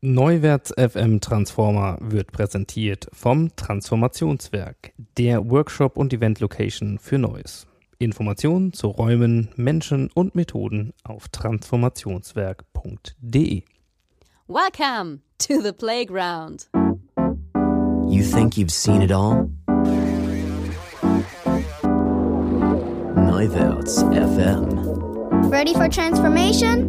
Neuwerts FM Transformer wird präsentiert vom Transformationswerk, der Workshop- und Event-Location für Neues. Informationen zu Räumen, Menschen und Methoden auf transformationswerk.de. Welcome to the playground. You think you've seen it all? Neuwerts FM. Ready for transformation?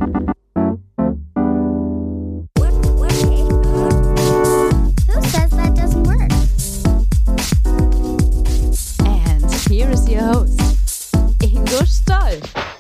Who says that doesn't work? And here is your host, Ingo Stoll.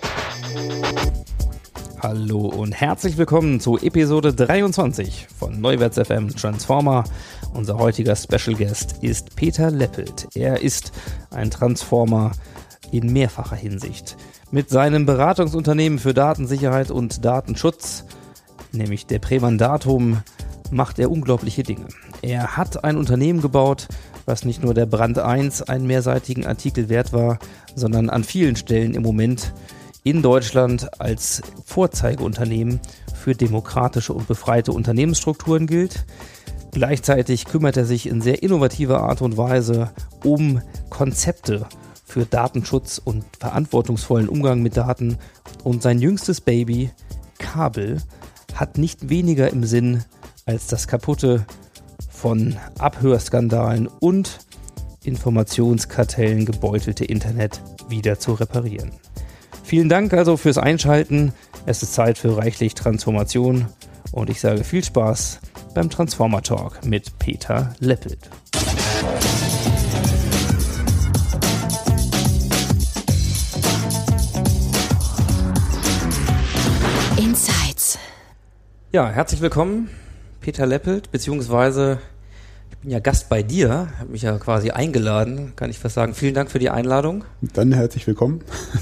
Hallo und herzlich willkommen zu Episode 23 von Neuwerts FM Transformer. Unser heutiger Special Guest ist Peter Leppelt. Er ist ein Transformer in mehrfacher Hinsicht. Mit seinem Beratungsunternehmen für Datensicherheit und Datenschutz, nämlich der Prämandatum, macht er unglaubliche Dinge. Er hat ein Unternehmen gebaut, was nicht nur der Brand 1 einen mehrseitigen Artikel wert war, sondern an vielen Stellen im Moment in Deutschland als Vorzeigeunternehmen für demokratische und befreite Unternehmensstrukturen gilt. Gleichzeitig kümmert er sich in sehr innovativer Art und Weise um Konzepte für Datenschutz und verantwortungsvollen Umgang mit Daten. Und sein jüngstes Baby, Kabel, hat nicht weniger im Sinn, als das kaputte, von Abhörskandalen und Informationskartellen gebeutelte Internet wieder zu reparieren. Vielen Dank also fürs Einschalten. Es ist Zeit für reichlich Transformation und ich sage viel Spaß beim Transformer Talk mit Peter Leppelt. Insights. Ja, herzlich willkommen, Peter Leppelt, beziehungsweise ich bin ja Gast bei dir, habe mich ja quasi eingeladen, kann ich fast sagen. Vielen Dank für die Einladung. Dann herzlich willkommen.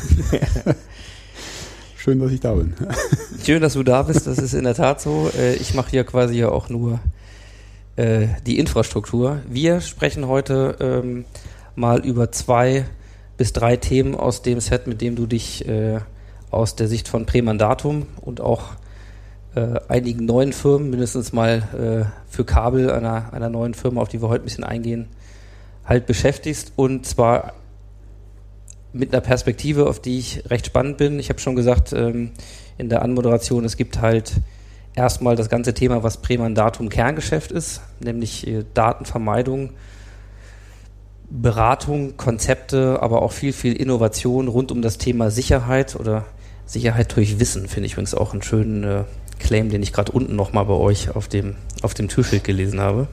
Schön, dass ich da bin. Schön, dass du da bist, das ist in der Tat so. Ich mache hier quasi ja auch nur die Infrastruktur. Wir sprechen heute mal über 2 bis 3 Themen aus dem Set, mit dem du dich aus der Sicht von Prämandatum und auch einigen neuen Firmen, mindestens mal für Kabel einer neuen Firma, auf die wir heute ein bisschen eingehen, halt beschäftigst, und zwar mit einer Perspektive, auf die ich recht spannend bin. Ich habe schon gesagt in der Anmoderation, es gibt halt erstmal das ganze Thema, was Prämandatum Kerngeschäft ist, nämlich Datenvermeidung, Beratung, Konzepte, aber auch viel, viel Innovation rund um das Thema Sicherheit oder Sicherheit durch Wissen, finde ich übrigens auch einen schönen Claim, den ich gerade unten nochmal bei euch auf dem Türschild gelesen habe.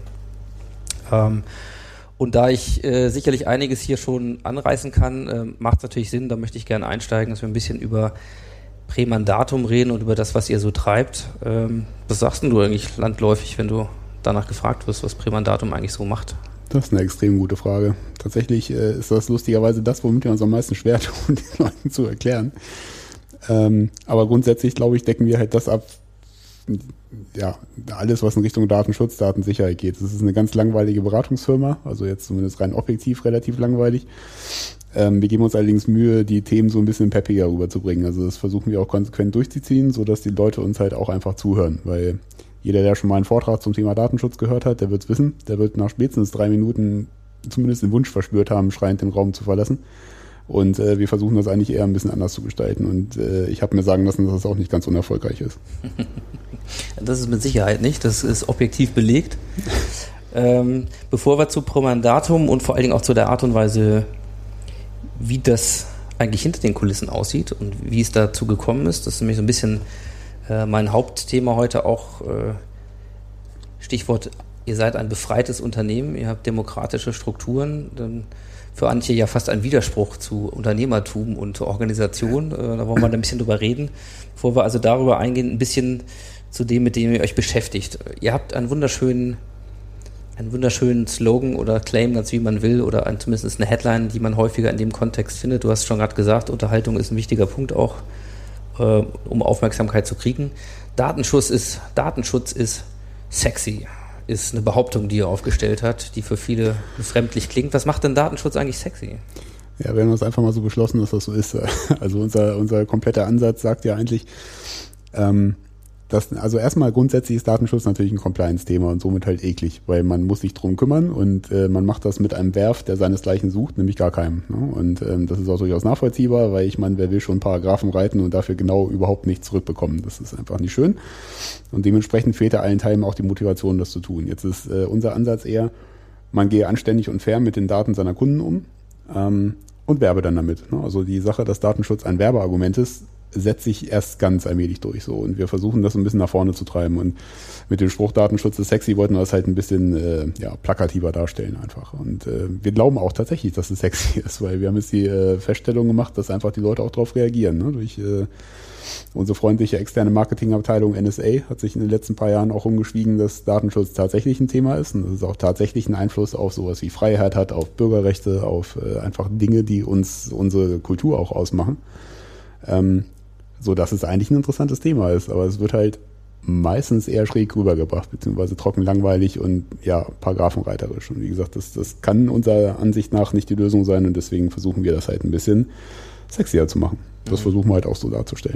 Und da ich sicherlich einiges hier schon anreißen kann, macht es natürlich Sinn, da möchte ich gerne einsteigen, dass wir ein bisschen über Prämandatum reden und über das, was ihr so treibt. Was sagst denn du eigentlich landläufig, wenn du danach gefragt wirst, was Prämandatum eigentlich so macht? Das ist eine extrem gute Frage. Tatsächlich ist das lustigerweise das, womit wir uns am meisten schwer tun, den Leuten zu erklären. Aber grundsätzlich, glaube ich, decken wir halt das ab, ja, alles, was in Richtung Datenschutz, Datensicherheit geht. Das ist eine ganz langweilige Beratungsfirma, also jetzt zumindest rein objektiv relativ langweilig. Wir geben uns allerdings Mühe, die Themen so ein bisschen peppiger rüberzubringen. Also das versuchen wir auch konsequent durchzuziehen, sodass die Leute uns halt auch einfach zuhören, weil jeder, der schon mal einen Vortrag zum Thema Datenschutz gehört hat, der wird es wissen, der wird nach spätestens 3 Minuten zumindest den Wunsch verspürt haben, schreiend den Raum zu verlassen. Und wir versuchen das eigentlich eher ein bisschen anders zu gestalten. Und ich habe mir sagen lassen, dass das auch nicht ganz unerfolgreich ist. Das ist mit Sicherheit nicht, das ist objektiv belegt. Bevor wir zu Prämandatum und vor allen Dingen auch zu der Art und Weise, wie das eigentlich hinter den Kulissen aussieht und wie es dazu gekommen ist, das ist nämlich so ein bisschen mein Hauptthema heute auch, Stichwort, ihr seid ein befreites Unternehmen, ihr habt demokratische Strukturen, dann für manche ja fast ein Widerspruch zu Unternehmertum und Organisation. Da wollen wir ein bisschen drüber reden. Bevor wir also darüber eingehen, ein bisschen zu dem, mit dem ihr euch beschäftigt. Ihr habt einen wunderschönen Slogan oder Claim, ganz wie man will, oder zumindest eine Headline, die man häufiger in dem Kontext findet. Du hast schon gerade gesagt, Unterhaltung ist ein wichtiger Punkt auch, um Aufmerksamkeit zu kriegen. Datenschutz ist sexy. Ist eine Behauptung, die er aufgestellt hat, die für viele befremdlich klingt. Was macht denn Datenschutz eigentlich sexy? Ja, wir haben das einfach mal so beschlossen, dass das so ist. Also unser kompletter Ansatz sagt ja eigentlich, Also erstmal grundsätzlich ist Datenschutz natürlich ein Compliance-Thema und somit halt eklig, weil man muss sich drum kümmern und man macht das mit einem Werf, der seinesgleichen sucht, nämlich gar keinem. Ne? Und das ist auch durchaus nachvollziehbar, weil ich meine, wer will schon Paragraphen reiten und dafür genau überhaupt nichts zurückbekommen? Das ist einfach nicht schön. Und dementsprechend fehlt da allen Teilen auch die Motivation, das zu tun. Jetzt ist unser Ansatz eher, man gehe anständig und fair mit den Daten seiner Kunden um und werbe dann damit. Ne? Also die Sache, dass Datenschutz ein Werbeargument ist, setzt sich erst ganz allmählich durch so und wir versuchen das ein bisschen nach vorne zu treiben und mit dem Spruch Datenschutz ist sexy wollten wir das halt ein bisschen plakativer darstellen einfach und wir glauben auch tatsächlich, dass es sexy ist, weil wir haben jetzt die Feststellung gemacht, dass einfach die Leute auch darauf reagieren. Ne? Durch unsere freundliche externe Marketingabteilung NSA hat sich in den letzten paar Jahren auch umgeschwiegen, dass Datenschutz tatsächlich ein Thema ist und dass es auch tatsächlich einen Einfluss auf sowas wie Freiheit hat, auf Bürgerrechte, auf einfach Dinge, die uns unsere Kultur auch ausmachen. So dass es eigentlich ein interessantes Thema ist, aber es wird halt meistens eher schräg rübergebracht, beziehungsweise trocken langweilig und ja, paragraphenreiterisch. Und wie gesagt, das kann unserer Ansicht nach nicht die Lösung sein und deswegen versuchen wir das halt ein bisschen sexier zu machen. Das versuchen wir halt auch so darzustellen.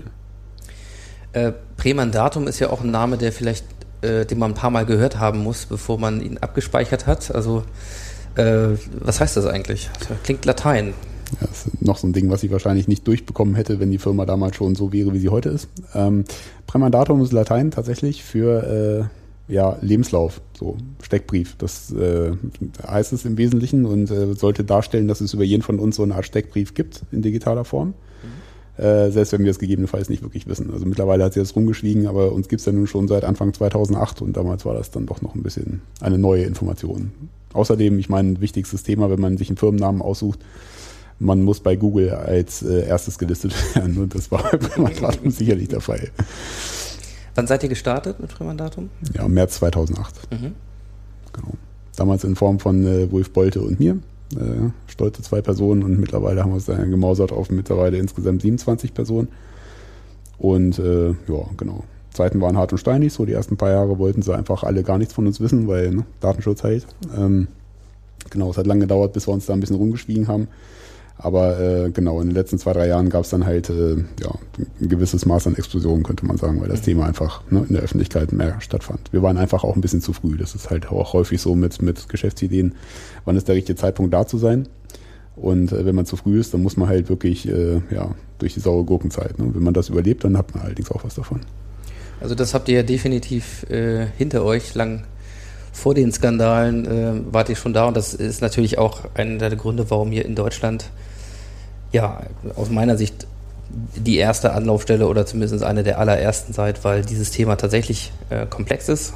Prämandatum ist ja auch ein Name, der vielleicht, den man ein paar Mal gehört haben muss, bevor man ihn abgespeichert hat. Also was heißt das eigentlich? Das klingt Latein. Ja, das ist noch so ein Ding, was ich wahrscheinlich nicht durchbekommen hätte, wenn die Firma damals schon so wäre, wie sie heute ist. Prämandatum ist Latein tatsächlich für Lebenslauf, so Steckbrief. Das heißt es im Wesentlichen und sollte darstellen, dass es über jeden von uns so eine Art Steckbrief gibt in digitaler Form. Selbst wenn wir es gegebenenfalls nicht wirklich wissen. Also mittlerweile hat sie das rumgeschwiegen, aber uns gibt es ja nun schon seit Anfang 2008 und damals war das dann doch noch ein bisschen eine neue Information. Außerdem, ich meine, wichtigstes Thema, wenn man sich einen Firmennamen aussucht, man muss bei Google als erstes gelistet werden und das war bei Prämandatum sicherlich der Fall. Wann seid ihr gestartet mit Prämandatum? Ja, im März 2008. Genau. Damals in Form von Wolf Bolte und mir, stolze 2 Personen und mittlerweile haben wir es dann gemausert auf mittlerweile insgesamt 27 Personen. Und genau. Zeiten waren hart und steinig, so die ersten paar Jahre wollten sie einfach alle gar nichts von uns wissen, weil Datenschutz halt. Genau, es hat lange gedauert, bis wir uns da ein bisschen rumgeschwiegen haben. Aber genau, in den letzten 2-3 Jahren gab es dann halt ein gewisses Maß an Explosion, könnte man sagen, weil das Thema einfach in der Öffentlichkeit mehr stattfand. Wir waren einfach auch ein bisschen zu früh. Das ist halt auch häufig so mit Geschäftsideen. Wann ist der richtige Zeitpunkt da zu sein? Und wenn man zu früh ist, dann muss man halt wirklich durch die saure Gurkenzeit. Ne? Wenn man das überlebt, dann hat man allerdings auch was davon. Also das habt ihr ja definitiv hinter euch, lang vor den Skandalen wart ihr schon da und das ist natürlich auch einer der Gründe, warum ihr in Deutschland aus meiner Sicht die erste Anlaufstelle oder zumindest eine der allerersten seid, weil dieses Thema tatsächlich komplex ist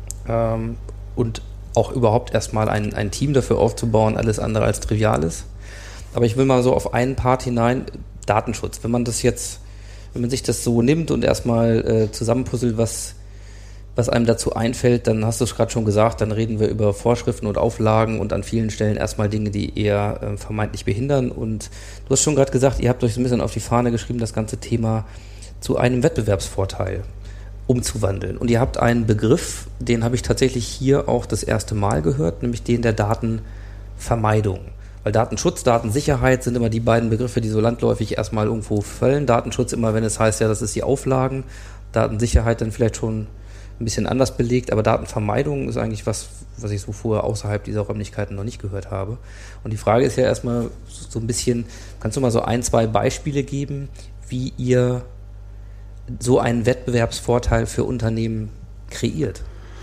und auch überhaupt erstmal ein Team dafür aufzubauen, alles andere als trivial ist. Aber ich will mal so auf einen Part hinein, Datenschutz. Wenn man sich das so nimmt und erstmal zusammenpuzzelt, was einem dazu einfällt, dann hast du es gerade schon gesagt, dann reden wir über Vorschriften und Auflagen und an vielen Stellen erstmal Dinge, die eher vermeintlich behindern. Und du hast schon gerade gesagt, ihr habt euch so ein bisschen auf die Fahne geschrieben, das ganze Thema zu einem Wettbewerbsvorteil umzuwandeln. Und ihr habt einen Begriff, den habe ich tatsächlich hier auch das erste Mal gehört, nämlich den der Datenvermeidung. Weil Datenschutz, Datensicherheit sind immer die beiden Begriffe, die so landläufig erstmal irgendwo fallen. Datenschutz immer, wenn es heißt, ja, das ist die Auflagen. Datensicherheit dann vielleicht schon ein bisschen anders belegt, aber Datenvermeidung ist eigentlich was ich so vorher außerhalb dieser Räumlichkeiten noch nicht gehört habe. Und die Frage ist ja erstmal so ein bisschen, kannst du mal so 1-2 Beispiele geben, wie ihr so einen Wettbewerbsvorteil für Unternehmen kreiert?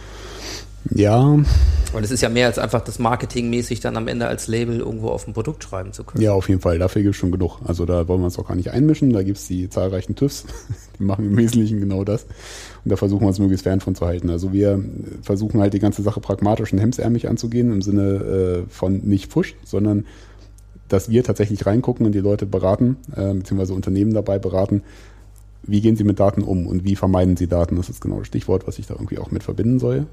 Ja. Weil es ist ja mehr als einfach das marketingmäßig dann am Ende als Label irgendwo auf ein Produkt schreiben zu können. Ja, auf jeden Fall. Dafür gibt es schon genug. Also da wollen wir uns auch gar nicht einmischen. Da gibt es die zahlreichen TÜVs. Die machen im Wesentlichen genau das. Und da versuchen wir uns möglichst fern von zu halten. Also wir versuchen halt die ganze Sache pragmatisch und hemdsärmlich anzugehen, im Sinne von nicht Pfusch, sondern dass wir tatsächlich reingucken und die Leute beraten, beziehungsweise Unternehmen dabei beraten, wie gehen sie mit Daten um und wie vermeiden sie Daten. Das ist genau das Stichwort, was ich da irgendwie auch mit verbinden soll.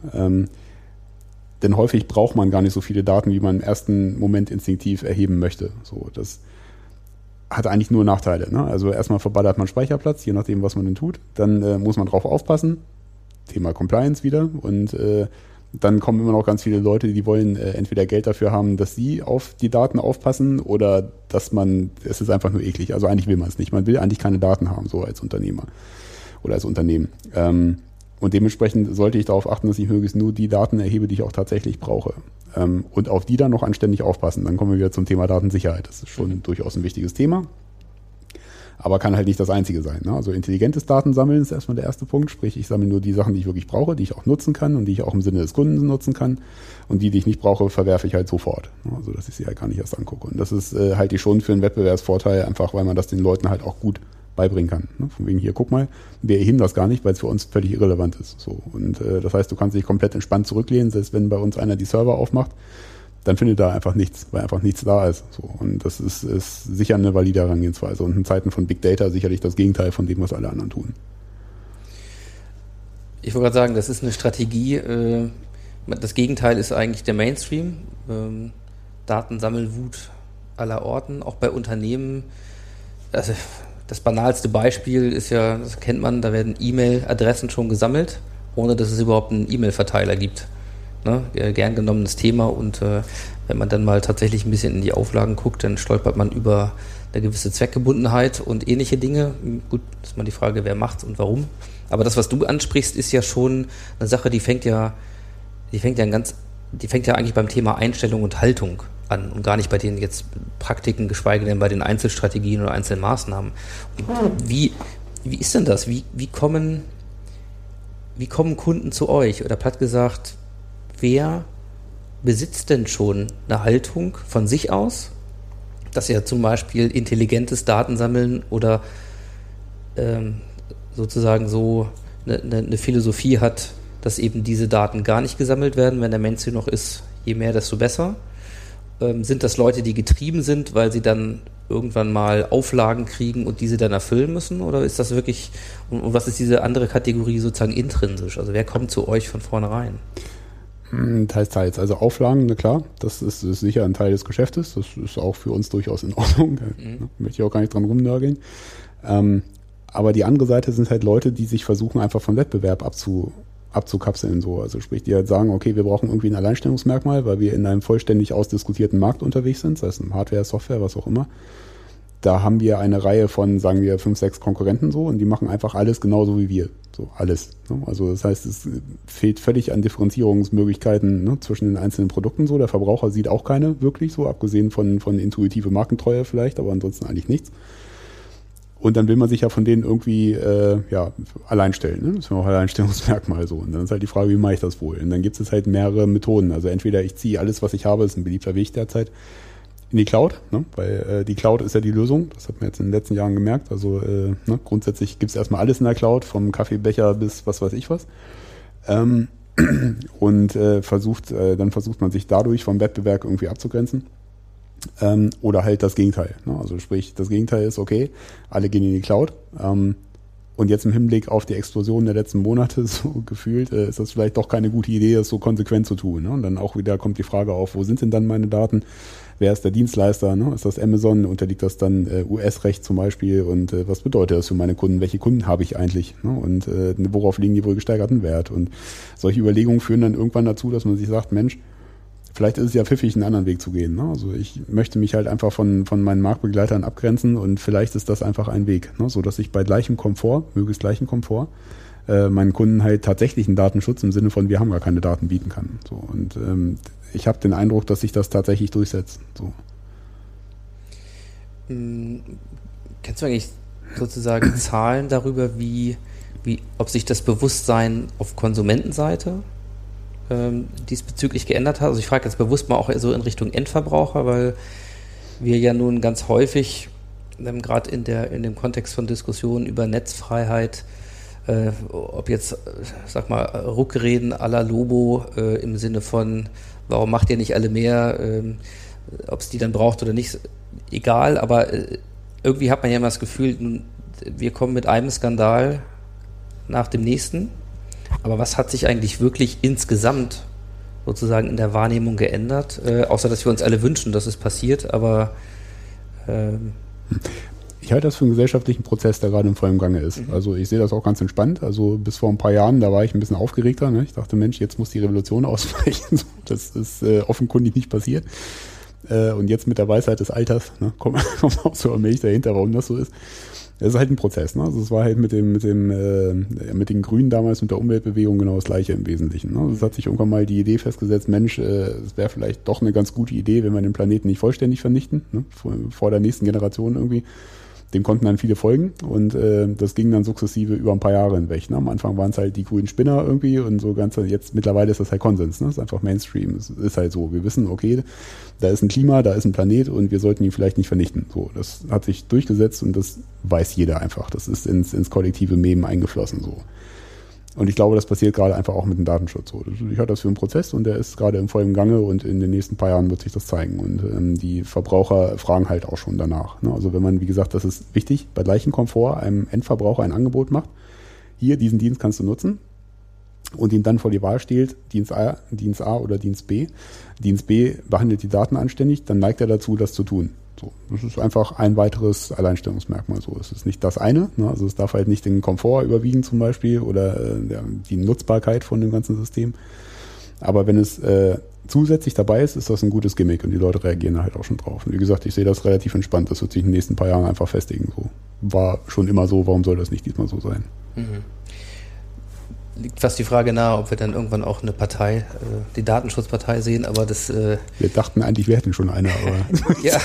Denn häufig braucht man gar nicht so viele Daten, wie man im ersten Moment instinktiv erheben möchte. So, das hat eigentlich nur Nachteile. Ne? Also erstmal verballert man Speicherplatz, je nachdem, was man denn tut. Dann muss man drauf aufpassen. Thema Compliance wieder. Und dann kommen immer noch ganz viele Leute, die wollen entweder Geld dafür haben, dass sie auf die Daten aufpassen oder es ist einfach nur eklig. Also eigentlich will man es nicht. Man will eigentlich keine Daten haben, so als Unternehmer oder als Unternehmen. Und dementsprechend sollte ich darauf achten, dass ich möglichst nur die Daten erhebe, die ich auch tatsächlich brauche. Und auf die dann noch anständig aufpassen. Dann kommen wir wieder zum Thema Datensicherheit. Das ist schon durchaus ein wichtiges Thema. Aber kann halt nicht das einzige sein. Ne? Also intelligentes Datensammeln ist erstmal der erste Punkt. Sprich, ich sammle nur die Sachen, die ich wirklich brauche, die ich auch nutzen kann und die ich auch im Sinne des Kunden nutzen kann. Und die ich nicht brauche, verwerfe ich halt sofort. Also dass ich sie halt gar nicht erst angucke. Und das ist halte ich schon für einen Wettbewerbsvorteil, einfach weil man das den Leuten halt auch gut beibringen kann. Ne? Von wegen hier, guck mal, wir erheben das gar nicht, weil es für uns völlig irrelevant ist. So. Und das heißt, du kannst dich komplett entspannt zurücklehnen, selbst wenn bei uns einer die Server aufmacht, dann findet da einfach nichts, weil einfach nichts da ist. So. Und das ist sicher eine valide Herangehensweise und in Zeiten von Big Data sicherlich das Gegenteil von dem, was alle anderen tun. Ich wollte gerade sagen, das ist eine Strategie, das Gegenteil ist eigentlich der Mainstream. Datensammelwut aller Orten, auch bei Unternehmen. Also das banalste Beispiel ist ja, das kennt man, da werden E-Mail-Adressen schon gesammelt, ohne dass es überhaupt einen E-Mail-Verteiler gibt. Ne? Gern genommenes Thema und wenn man dann mal tatsächlich ein bisschen in die Auflagen guckt, dann stolpert man über eine gewisse Zweckgebundenheit und ähnliche Dinge. Gut, ist mal die Frage, wer macht's und warum. Aber das, was du ansprichst, ist ja schon eine Sache, die fängt ja eigentlich beim Thema Einstellung und Haltung an und gar nicht bei den jetzt Praktiken, geschweige denn bei den Einzelstrategien oder Einzelmaßnahmen. Und wie ist denn das? Wie kommen Kunden zu euch? Oder platt gesagt, wer besitzt denn schon eine Haltung von sich aus, dass er zum Beispiel intelligentes Datensammeln oder sozusagen so eine Philosophie hat, dass eben diese Daten gar nicht gesammelt werden, wenn der Mensch hier noch ist, je mehr, desto besser? Sind das Leute, die getrieben sind, weil sie dann irgendwann mal Auflagen kriegen und diese dann erfüllen müssen? Oder ist das wirklich, und was ist diese andere Kategorie sozusagen intrinsisch? Also wer kommt zu euch von vornherein? Teils. Also Auflagen, na klar, das ist sicher ein Teil des Geschäftes. Das ist auch für uns durchaus in Ordnung. Da möchte ich auch gar nicht dran rumnörgeln. Aber die andere Seite sind halt Leute, die sich versuchen, einfach vom Wettbewerb abzukapseln. So. Also sprich, die halt sagen, okay, wir brauchen irgendwie ein Alleinstellungsmerkmal, weil wir in einem vollständig ausdiskutierten Markt unterwegs sind, sei es in Hardware, Software, was auch immer. Da haben wir eine Reihe von, sagen wir, 5, 6 Konkurrenten so und die machen einfach alles genauso wie wir. So, alles. Ne? Also das heißt, es fehlt völlig an Differenzierungsmöglichkeiten, ne, zwischen den einzelnen Produkten so. Der Verbraucher sieht auch keine wirklich so, abgesehen von intuitive Markentreue vielleicht, aber ansonsten eigentlich nichts. Und dann will man sich ja von denen irgendwie allein stellen. Ne? Das ist ja auch ein Alleinstellungsmerkmal so. Und dann ist halt die Frage, wie mache ich das wohl? Und dann gibt es halt mehrere Methoden. Also entweder ich ziehe alles, was ich habe, ist ein beliebter Weg derzeit, in die Cloud, ne? Weil die Cloud ist ja die Lösung. Das hat man jetzt in den letzten Jahren gemerkt. Also grundsätzlich gibt es erstmal alles in der Cloud, vom Kaffeebecher bis was weiß ich was. Und versucht man sich dadurch vom Wettbewerb irgendwie abzugrenzen. Oder halt das Gegenteil. Ne? Also sprich, das Gegenteil ist, okay, alle gehen in die Cloud. Und jetzt im Hinblick auf die Explosion der letzten Monate, so gefühlt, ist das vielleicht doch keine gute Idee, das so konsequent zu tun. Ne? Und dann auch wieder kommt die Frage auf, wo sind denn dann meine Daten? Wer ist der Dienstleister? Ne? Ist das Amazon? Unterliegt das dann US-Recht zum Beispiel? Und was bedeutet das für meine Kunden? Welche Kunden habe ich eigentlich? Ne? Und worauf liegen die wohl gesteigerten Wert? Und solche Überlegungen führen dann irgendwann dazu, dass man sich sagt, Mensch, vielleicht ist es ja pfiffig, einen anderen Weg zu gehen. Ne? Also ich möchte mich halt einfach von meinen Marktbegleitern abgrenzen und vielleicht ist das einfach ein Weg, ne? So dass ich bei gleichem Komfort, möglichst gleichem Komfort, meinen Kunden halt tatsächlich einen Datenschutz im Sinne von, wir haben gar keine Daten bieten kann. So. Und ich habe den Eindruck, dass sich das tatsächlich durchsetzt. So. Kannst du eigentlich sozusagen Zahlen darüber, ob sich das Bewusstsein auf Konsumentenseite diesbezüglich geändert hat? Also ich frage jetzt bewusst mal auch so in Richtung Endverbraucher, weil wir ja nun ganz häufig, gerade in dem Kontext von Diskussionen über Netzfreiheit, ob jetzt, sag mal, Ruckreden à la Lobo im Sinne von, warum macht ihr nicht alle mehr, ob es die dann braucht oder nicht, egal, aber irgendwie hat man ja immer das Gefühl, wir kommen mit einem Skandal nach dem nächsten. Aber was hat sich eigentlich wirklich insgesamt sozusagen in der Wahrnehmung geändert? Außer, dass wir uns alle wünschen, dass es passiert, aber ich halte das für einen gesellschaftlichen Prozess, der gerade im vollen Gange ist. Also ich sehe das auch ganz entspannt. Also bis vor ein paar Jahren, da war ich ein bisschen aufgeregter. Ne? Ich dachte, Mensch, jetzt muss die Revolution ausbrechen. Das ist offenkundig nicht passiert. Und jetzt mit der Weisheit des Alters kommt auch so allmählich dahinter, warum das so ist. Das ist halt ein Prozess, ne? Also es war halt mit den Grünen damals und der Umweltbewegung genau das Gleiche im Wesentlichen. Ne? Es hat sich irgendwann mal die Idee festgesetzt, Mensch, es wäre vielleicht doch eine ganz gute Idee, wenn wir den Planeten nicht vollständig vernichten, ne? Vor der nächsten Generation irgendwie. Dem konnten dann viele folgen und das ging dann sukzessive über ein paar Jahre hinweg. Ne? Am Anfang waren es halt die grünen Spinner irgendwie und so ganz, jetzt mittlerweile ist das halt Konsens, ne? Das ist einfach Mainstream. Es ist halt so, wir wissen, okay, da ist ein Klima, da ist ein Planet und wir sollten ihn vielleicht nicht vernichten. So, das hat sich durchgesetzt und das weiß jeder einfach. Das ist ins kollektive Mem eingeflossen so. Und ich glaube, das passiert gerade einfach auch mit dem Datenschutz so. Ich halte das für einen Prozess und der ist gerade im vollen Gange und in den nächsten paar Jahren wird sich das zeigen. Und die Verbraucher fragen halt auch schon danach. Ne? Also wenn man, wie gesagt, das ist wichtig, bei gleichem Komfort einem Endverbraucher ein Angebot macht, hier, diesen Dienst kannst du nutzen und ihn dann vor die Wahl stellt, Dienst A oder Dienst B. Dienst B behandelt die Daten anständig, dann neigt er dazu, das zu tun. So, das ist einfach ein weiteres Alleinstellungsmerkmal. So, es ist nicht das eine, ne? Also es darf halt nicht den Komfort überwiegen zum Beispiel oder die Nutzbarkeit von dem ganzen System. Aber wenn es zusätzlich dabei ist, ist das ein gutes Gimmick und die Leute reagieren halt auch schon drauf. Und wie gesagt, ich sehe das relativ entspannt. Das wird sich in den nächsten paar Jahren einfach festigen. So, war schon immer so. Warum soll das nicht diesmal so sein? Mhm. Liegt fast die Frage nahe, ob wir dann irgendwann auch eine Partei, die Datenschutzpartei sehen, aber das... Wir dachten eigentlich, wir hätten schon eine, aber... Ja,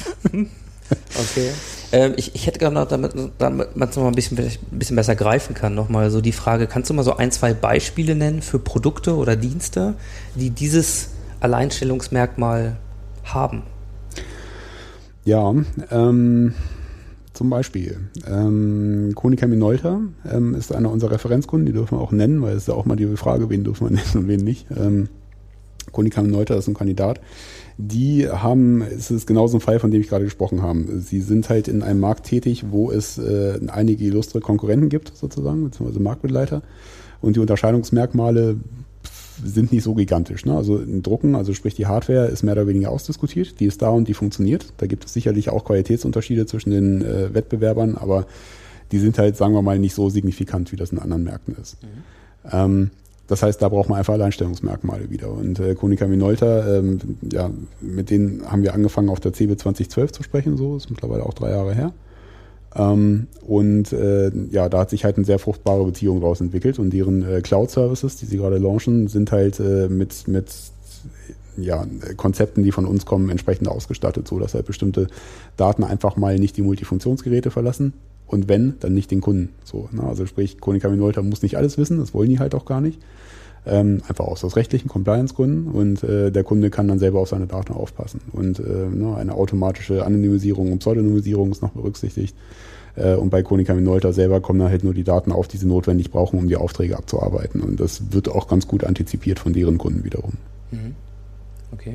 okay. Ich hätte gerne noch, damit man es noch mal ein bisschen besser greifen kann, nochmal so die Frage, kannst du mal so 1, 2 Beispiele nennen für Produkte oder Dienste, die dieses Alleinstellungsmerkmal haben? Ja, zum Beispiel Konica Minolta ist einer unserer Referenzkunden, die dürfen wir auch nennen, weil es ist ja auch mal die Frage, wen dürfen wir nennen und wen nicht. Konica Minolta ist ein Kandidat. Die haben, es ist genauso ein Fall, von dem ich gerade gesprochen habe. Sie sind halt in einem Markt tätig, wo es einige illustre Konkurrenten gibt, sozusagen, beziehungsweise Marktbegleiter. Und die Unterscheidungsmerkmale sind nicht so gigantisch. Ne? Also in Drucken, also sprich die Hardware ist mehr oder weniger ausdiskutiert. Die ist da und die funktioniert. Da gibt es sicherlich auch Qualitätsunterschiede zwischen den Wettbewerbern, aber die sind halt, sagen wir mal, nicht so signifikant, wie das in anderen Märkten ist. Mhm. Das heißt, da braucht man einfach Alleinstellungsmerkmale wieder. Und Konica Minolta, mit denen haben wir angefangen, auf der CeBIT 2012 zu sprechen. So ist mittlerweile auch 3 Jahre her. Da hat sich halt eine sehr fruchtbare Beziehung daraus entwickelt und deren Cloud-Services, die sie gerade launchen, sind halt mit Konzepten, die von uns kommen, entsprechend ausgestattet, so dass halt bestimmte Daten einfach mal nicht die Multifunktionsgeräte verlassen und wenn, dann nicht den Kunden. So, ne? Also sprich, Konica Minolta muss nicht alles wissen, das wollen die halt auch gar nicht. Einfach aus rechtlichen Compliance-Gründen und der Kunde kann dann selber auf seine Daten aufpassen. Und eine automatische Anonymisierung und Pseudonymisierung ist noch berücksichtigt. Und bei Konica Minolta selber kommen dann halt nur die Daten auf, die sie notwendig brauchen, um die Aufträge abzuarbeiten. Und das wird auch ganz gut antizipiert von deren Kunden wiederum. Okay.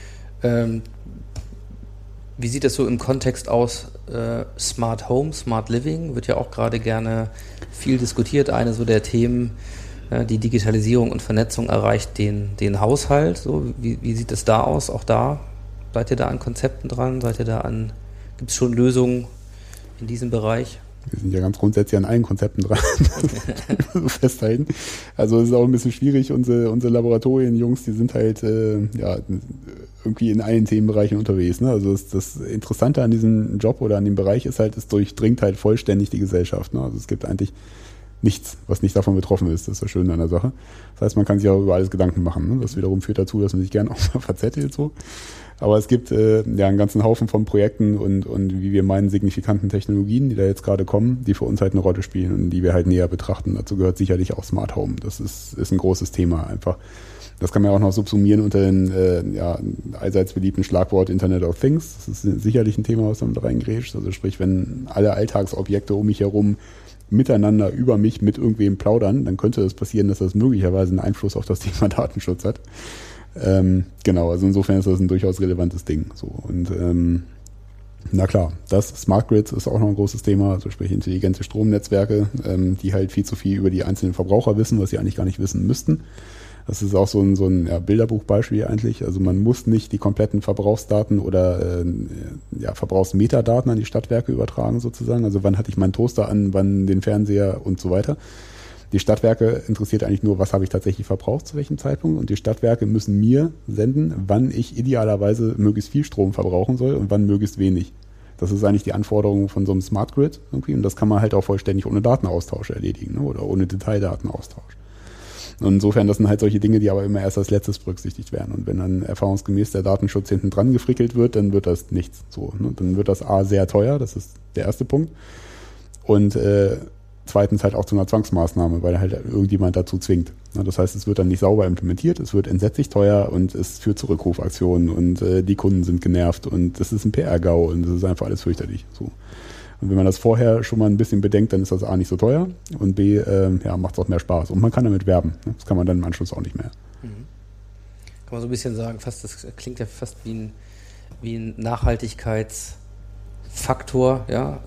Wie sieht das so im Kontext aus? Smart Home, Smart Living wird ja auch gerade gerne viel diskutiert. Eine so der Themen, die Digitalisierung und Vernetzung erreicht den Haushalt. So, wie sieht es da aus? Auch da, seid ihr da an Konzepten dran? Gibt es schon Lösungen in diesem Bereich? Wir sind ja ganz grundsätzlich an allen Konzepten dran, so festhalten. Also es ist auch ein bisschen schwierig, unsere Laboratorien-Jungs, die sind halt irgendwie in allen Themenbereichen unterwegs. Ne? Also das Interessante an diesem Job oder an dem Bereich ist halt, es durchdringt halt vollständig die Gesellschaft. Ne? Also es gibt eigentlich nichts, was nicht davon betroffen ist. Das ist das Schöne an der Sache. Das heißt, man kann sich auch über alles Gedanken machen. Ne? Das wiederum führt dazu, dass man sich gerne auch mal verzettelt so. Aber es gibt einen ganzen Haufen von Projekten und wie wir meinen, signifikanten Technologien, die da jetzt gerade kommen, die für uns halt eine Rolle spielen und die wir halt näher betrachten. Dazu gehört sicherlich auch Smart Home. Das ist ein großes Thema einfach. Das kann man auch noch subsumieren unter den allseits beliebten Schlagwort Internet of Things. Das ist sicherlich ein Thema, was da mit reingrätscht. Also sprich, wenn alle Alltagsobjekte um mich herum miteinander über mich mit irgendwem plaudern, dann könnte es passieren, dass das möglicherweise einen Einfluss auf das Thema Datenschutz hat. Genau, also insofern ist das ein durchaus relevantes Ding. So. Und na klar, Smart Grids ist auch noch ein großes Thema, also sprich intelligente Stromnetzwerke, die halt viel zu viel über die einzelnen Verbraucher wissen, was sie eigentlich gar nicht wissen müssten. Das ist auch so ein Bilderbuchbeispiel eigentlich. Also man muss nicht die kompletten Verbrauchsdaten oder Verbrauchsmetadaten an die Stadtwerke übertragen sozusagen. Also wann hatte ich meinen Toaster an, wann den Fernseher und so weiter. Die Stadtwerke interessiert eigentlich nur, was habe ich tatsächlich verbraucht, zu welchem Zeitpunkt. Und die Stadtwerke müssen mir senden, wann ich idealerweise möglichst viel Strom verbrauchen soll und wann möglichst wenig. Das ist eigentlich die Anforderung von so einem Smart Grid irgendwie und das kann man halt auch vollständig ohne Datenaustausch erledigen, ne? Oder ohne Detaildatenaustausch. Und insofern, das sind halt solche Dinge, die aber immer erst als letztes berücksichtigt werden. Und wenn dann erfahrungsgemäß der Datenschutz hinten dran gefrickelt wird, dann wird das nichts so. Ne? Dann wird das A sehr teuer, das ist der erste Punkt. Und zweitens halt auch zu einer Zwangsmaßnahme, weil halt irgendjemand dazu zwingt. Ne? Das heißt, es wird dann nicht sauber implementiert, es wird entsetzlich teuer und es führt zu Rückrufaktionen und die Kunden sind genervt und das ist ein PR-GAU und das ist einfach alles fürchterlich. So. Und wenn man das vorher schon mal ein bisschen bedenkt, dann ist das A nicht so teuer und B, macht es auch mehr Spaß. Und man kann damit werben. Ne? Das kann man dann im Anschluss auch nicht mehr. Kann man so ein bisschen sagen, das klingt ja fast wie ein Nachhaltigkeitsfaktor, ja,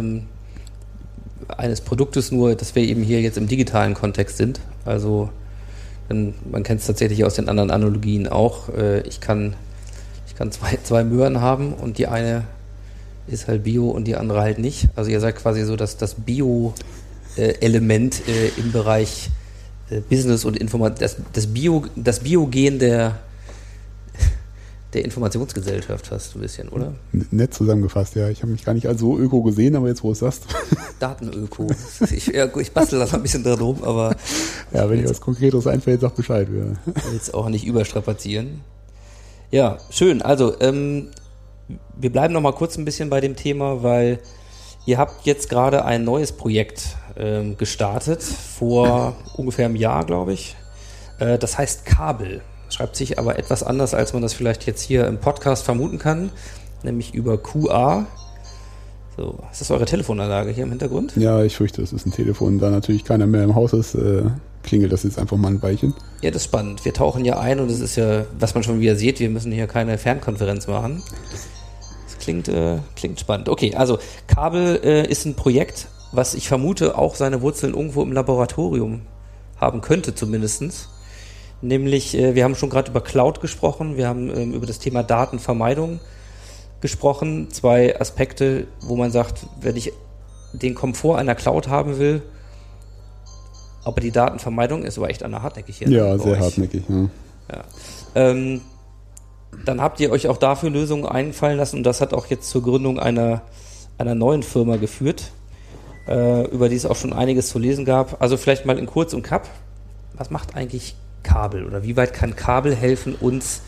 eines Produktes, nur dass wir eben hier jetzt im digitalen Kontext sind. Also man kennt es tatsächlich aus den anderen Analogien auch. Ich kann zwei Möhren haben und die eine ist halt Bio und die andere halt nicht. Also ihr seid quasi so das Bio-Element im Bereich Business und Information, das Biogen der Informationsgesellschaft fast ein bisschen, oder? Nett zusammengefasst, ja. Ich habe mich gar nicht als so öko gesehen, aber jetzt, wo es sagst. Datenöko. Ich bastel da ein bisschen dran rum, aber... Ja, wenn dir was Konkretes einfällt, sag Bescheid. Ja. Jetzt auch nicht überstrapazieren. Ja, schön. Also, wir bleiben noch mal kurz ein bisschen bei dem Thema, weil ihr habt jetzt gerade ein neues Projekt gestartet, vor ungefähr einem Jahr, glaube ich. Das heißt Kabel. Schreibt sich aber etwas anders, als man das vielleicht jetzt hier im Podcast vermuten kann, nämlich über QA. So, ist das eure Telefonanlage hier im Hintergrund? Ja, ich fürchte, es ist ein Telefon. Da natürlich keiner mehr im Haus ist, klingelt das jetzt einfach mal ein Weilchen. Ja, das ist spannend. Wir tauchen ja ein und es ist ja, was man schon wieder sieht, wir müssen hier keine Fernkonferenz machen. Das klingt spannend. Okay, also Kabel ist ein Projekt, was ich vermute auch seine Wurzeln irgendwo im Laboratorium haben könnte zumindestens. Nämlich, wir haben schon gerade über Cloud gesprochen, wir haben über das Thema Datenvermeidung gesprochen. 2 Aspekte, wo man sagt, wenn ich den Komfort einer Cloud haben will, aber die Datenvermeidung ist aber echt hartnäckig hier. Ja, sehr hartnäckig. Ja. Dann habt ihr euch auch dafür Lösungen einfallen lassen und das hat auch jetzt zur Gründung einer neuen Firma geführt, über die es auch schon einiges zu lesen gab. Also vielleicht mal in Kurz und Knapp, was macht eigentlich Kabel oder wie weit kann Kabel helfen, uns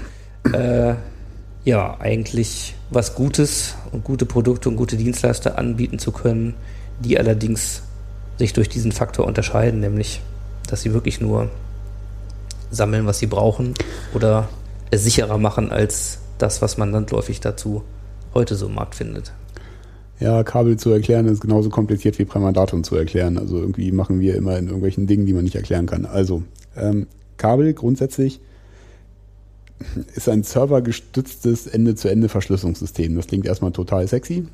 eigentlich was Gutes und gute Produkte und gute Dienstleister anbieten zu können, die allerdings sich durch diesen Faktor unterscheiden, nämlich, dass sie wirklich nur sammeln, was sie brauchen oder es sicherer machen als das, was man landläufig dazu heute so im Markt findet. Ja, Kabel zu erklären ist genauso kompliziert wie Prämadatum zu erklären. Also irgendwie machen wir immer in irgendwelchen Dingen, die man nicht erklären kann. Also Kabel grundsätzlich ist ein servergestütztes Ende-zu-Ende-Verschlüsselungssystem. Das klingt erstmal total sexy.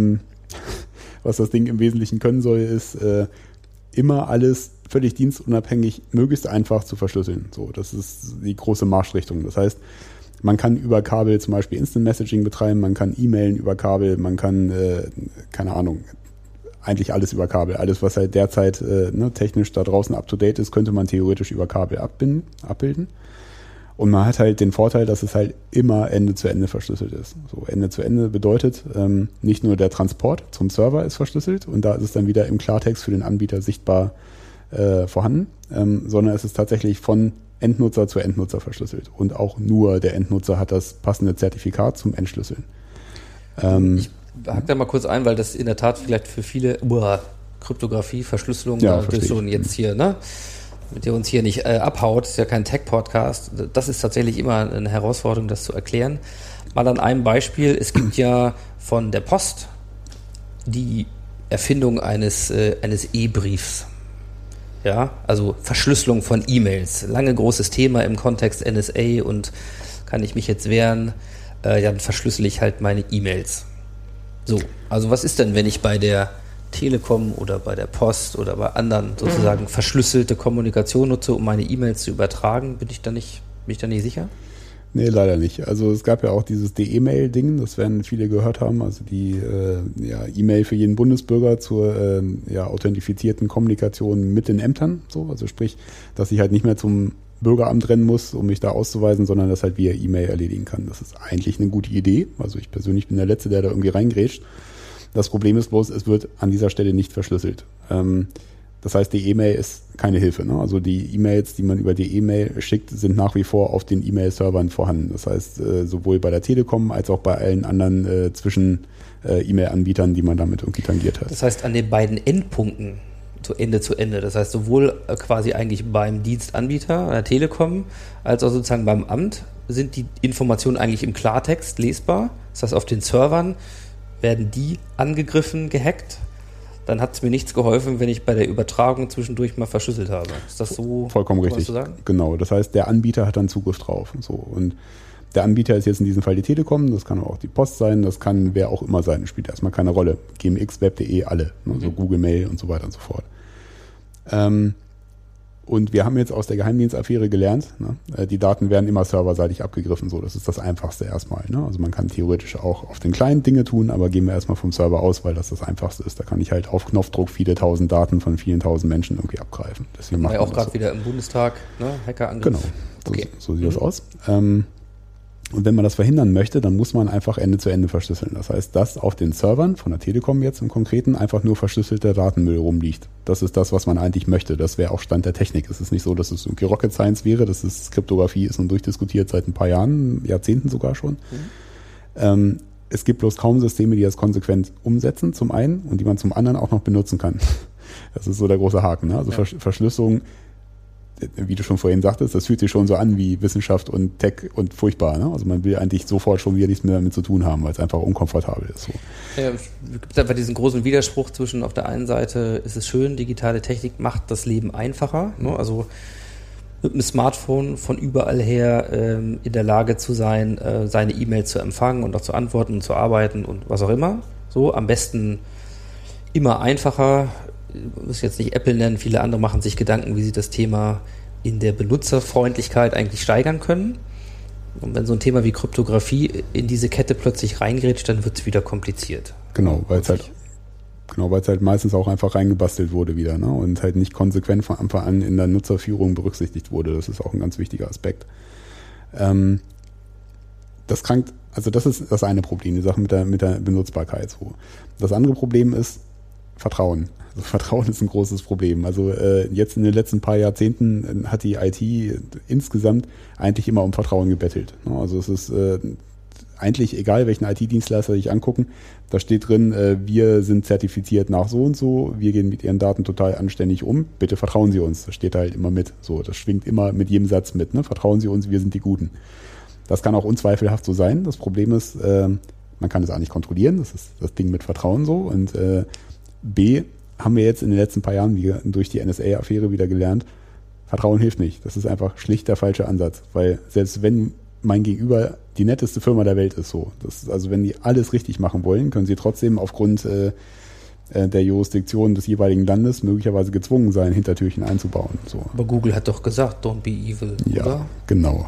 Was das Ding im Wesentlichen können soll, ist immer alles völlig dienstunabhängig, möglichst einfach zu verschlüsseln. So, das ist die große Marschrichtung. Das heißt, man kann über Kabel zum Beispiel Instant Messaging betreiben, man kann E-Mailen über Kabel, man kann, keine Ahnung, eigentlich alles über Kabel. Alles, was halt derzeit technisch da draußen up-to-date ist, könnte man theoretisch über Kabel abbilden. Und man hat halt den Vorteil, dass es halt immer Ende-zu-Ende verschlüsselt ist. So, Ende-zu-Ende bedeutet, nicht nur der Transport zum Server ist verschlüsselt und da ist es dann wieder im Klartext für den Anbieter sichtbar vorhanden, sondern es ist tatsächlich von Endnutzer zu Endnutzer verschlüsselt. Und auch nur der Endnutzer hat das passende Zertifikat zum Entschlüsseln. Ich hake da mal kurz ein, weil das in der Tat vielleicht für viele Kryptographie, Verschlüsselung, ja, da schon jetzt hier, ne? Mit der uns hier nicht abhaut, ist ja kein Tech-Podcast. Das ist tatsächlich immer eine Herausforderung, das zu erklären. Mal an einem Beispiel, es gibt ja von der Post die Erfindung eines E-Briefs. Ja, also Verschlüsselung von E-Mails. Lange großes Thema im Kontext NSA und kann ich mich jetzt wehren, dann verschlüssel ich halt meine E-Mails. So, also was ist denn, wenn ich bei der Telekom oder bei der Post oder bei anderen sozusagen verschlüsselte Kommunikation nutze, um meine E-Mails zu übertragen? Bin ich da nicht sicher? Nee, leider nicht. Also es gab ja auch dieses E-Mail-Ding, das werden viele gehört haben, also die E-Mail für jeden Bundesbürger zur authentifizierten Kommunikation mit den Ämtern, so, also sprich, dass ich halt nicht mehr zum Bürgeramt rennen muss, um mich da auszuweisen, sondern das halt via E-Mail erledigen kann. Das ist eigentlich eine gute Idee. Also ich persönlich bin der Letzte, der da irgendwie reingrätscht. Das Problem ist bloß, es wird an dieser Stelle nicht verschlüsselt. Das heißt, die E-Mail ist keine Hilfe. Ne? Also die E-Mails, die man über die E-Mail schickt, sind nach wie vor auf den E-Mail-Servern vorhanden. Das heißt, sowohl bei der Telekom als auch bei allen anderen E-Mail-Anbietern, die man damit irgendwie tangiert hat. Das heißt, an den beiden Endpunkten zu Ende. Das heißt, sowohl quasi eigentlich beim Dienstanbieter, der Telekom, als auch sozusagen beim Amt sind die Informationen eigentlich im Klartext lesbar. Das heißt, auf den Servern werden die angegriffen, gehackt. Dann hat es mir nichts geholfen, wenn ich bei der Übertragung zwischendurch mal verschlüsselt habe. Ist das so? Vollkommen richtig. Du sagen? Genau. Das heißt, der Anbieter hat dann Zugriff drauf. Und so. Und der Anbieter ist jetzt in diesem Fall die Telekom, das kann auch die Post sein, das kann wer auch immer sein, das spielt erstmal keine Rolle. GMX, Web.de, alle, ne? So Google Mail und so weiter und so fort. Und wir haben jetzt aus der Geheimdienstaffäre gelernt, ne? Die Daten werden immer serverseitig abgegriffen, so, das ist das Einfachste erstmal. Ne? Also man kann theoretisch auch auf den kleinen Dinge tun, aber gehen wir erstmal vom Server aus, weil das Einfachste ist. Da kann ich halt auf Knopfdruck viele tausend Daten von vielen tausend Menschen irgendwie abgreifen. Deswegen machen wir auch gerade so. Wieder im Bundestag, ne? Hackerangriff. Genau, okay. So sieht das aus. Und wenn man das verhindern möchte, dann muss man einfach Ende zu Ende verschlüsseln. Das heißt, dass auf den Servern von der Telekom jetzt im Konkreten einfach nur verschlüsselter Datenmüll rumliegt. Das ist das, was man eigentlich möchte. Das wäre auch Stand der Technik. Es ist nicht so, dass es irgendwie Rocket Science wäre. Das ist Kryptographie, ist nun durchdiskutiert seit ein paar Jahren, Jahrzehnten sogar schon. Es gibt bloß kaum Systeme, die das konsequent umsetzen, zum einen, und die man zum anderen auch noch benutzen kann. Das ist so der große Haken. Ne? Also ja. Verschlüsselung, wie du schon vorhin sagtest, das fühlt sich schon so an wie Wissenschaft und Tech und furchtbar. Ne? Also man will eigentlich sofort schon wieder nichts mehr damit zu tun haben, weil es einfach unkomfortabel ist. So. Ja, es gibt einfach diesen großen Widerspruch zwischen, auf der einen Seite ist es schön, digitale Technik macht das Leben einfacher. Ne? Also mit einem Smartphone von überall her in der Lage zu sein, seine E-Mails zu empfangen und auch zu antworten und zu arbeiten und was auch immer. So, am besten immer einfacher. Ich muss jetzt nicht Apple nennen, viele andere machen sich Gedanken, wie sie das Thema in der Benutzerfreundlichkeit eigentlich steigern können. Und wenn so ein Thema wie Kryptographie in diese Kette plötzlich reingrätscht, dann wird es wieder kompliziert. Genau, weil es halt meistens auch einfach reingebastelt wurde wieder, ne? Und halt nicht konsequent von Anfang an in der Nutzerführung berücksichtigt wurde. Das ist auch ein ganz wichtiger Aspekt. Das ist das eine Problem, die Sache mit der Benutzbarkeit. So. Das andere Problem ist Vertrauen. Also Vertrauen ist ein großes Problem. Also jetzt in den letzten paar Jahrzehnten hat die IT insgesamt eigentlich immer um Vertrauen gebettelt. Also es ist eigentlich egal, welchen IT-Dienstleister sich angucken, da steht drin, wir sind zertifiziert nach so und so, wir gehen mit Ihren Daten total anständig um, bitte vertrauen Sie uns. Das steht halt immer mit. So, das schwingt immer mit jedem Satz mit. Ne? Vertrauen Sie uns, wir sind die Guten. Das kann auch unzweifelhaft so sein. Das Problem ist, man kann es auch nicht kontrollieren. Das ist das Ding mit Vertrauen so. Und B, haben wir jetzt in den letzten paar Jahren durch die NSA-Affäre wieder gelernt, Vertrauen hilft nicht. Das ist einfach schlicht der falsche Ansatz. Weil selbst wenn mein Gegenüber die netteste Firma der Welt ist, so, das ist, also wenn die alles richtig machen wollen, können sie trotzdem aufgrund der Jurisdiktion des jeweiligen Landes möglicherweise gezwungen sein, Hintertürchen einzubauen. So. Aber Google hat doch gesagt, don't be evil, ja, oder? Genau.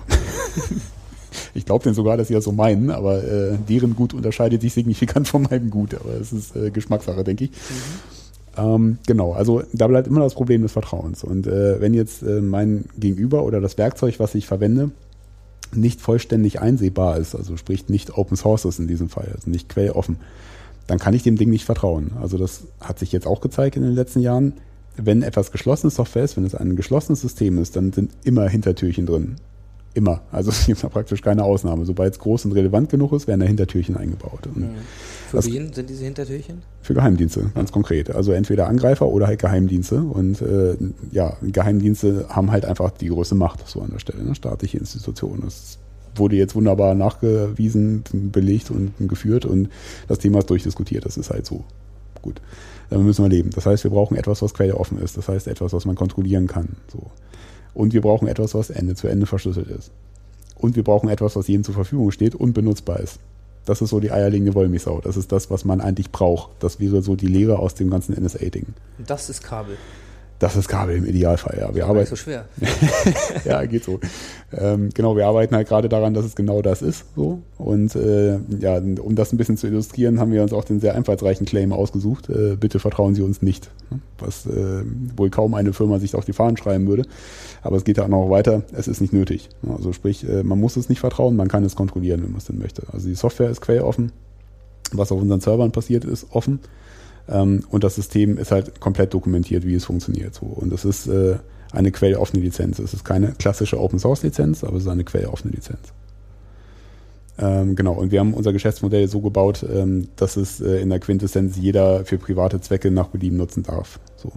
Ich glaube denen sogar, dass sie das so meinen, aber deren Gut unterscheidet sich signifikant von meinem Gut. Aber es ist Geschmackssache, denke ich. Genau, also da bleibt immer das Problem des Vertrauens. Und wenn jetzt mein Gegenüber oder das Werkzeug, was ich verwende, nicht vollständig einsehbar ist, also sprich nicht Open Source ist in diesem Fall, also nicht quelloffen, dann kann ich dem Ding nicht vertrauen. Also das hat sich jetzt auch gezeigt in den letzten Jahren. Wenn etwas geschlossene Software ist, wenn es ein geschlossenes System ist, dann sind immer Hintertürchen drin. Immer. Also es gibt da praktisch keine Ausnahme. Sobald es groß und relevant genug ist, werden da Hintertürchen eingebaut. Und für wen sind diese Hintertürchen? Für Geheimdienste, ganz konkret. Also entweder Angreifer oder halt Geheimdienste. Und Geheimdienste haben halt einfach die größte Macht so an der Stelle, ne? Staatliche Institutionen. Das wurde jetzt wunderbar nachgewiesen, belegt und geführt und das Thema ist durchdiskutiert. Das ist halt so. Gut. Damit müssen wir leben. Das heißt, wir brauchen etwas, was quelloffen ist. Das heißt, etwas, was man kontrollieren kann. So. Und wir brauchen etwas, was Ende zu Ende verschlüsselt ist. Und wir brauchen etwas, was jedem zur Verfügung steht und benutzbar ist. Das ist so die eierlegende Wollmilchsau. Das ist das, was man eigentlich braucht. Das wäre so die Lehre aus dem ganzen NSA-Ding. Und das ist Kabel. Das ist Kabel im Idealfall, ja. Wir arbeiten so schwer. ja, geht so. Genau, wir arbeiten halt gerade daran, dass es genau das ist. So. Und ja, um das ein bisschen zu illustrieren, haben wir uns auch den sehr einfallsreichen Claim ausgesucht. Bitte vertrauen Sie uns nicht. Was wohl kaum eine Firma sich auf die Fahnen schreiben würde. Aber es geht da auch noch weiter. Es ist nicht nötig. Also sprich, man muss es nicht vertrauen, man kann es kontrollieren, wenn man es denn möchte. Also die Software ist quelloffen. Was auf unseren Servern passiert, ist offen. Und das System ist halt komplett dokumentiert, wie es funktioniert. So. Und es ist eine quelloffene Lizenz. Es ist keine klassische Open-Source-Lizenz, aber es ist eine quelloffene Lizenz. Genau, und wir haben unser Geschäftsmodell so gebaut, dass es in der Quintessenz jeder für private Zwecke nach Belieben nutzen darf. So.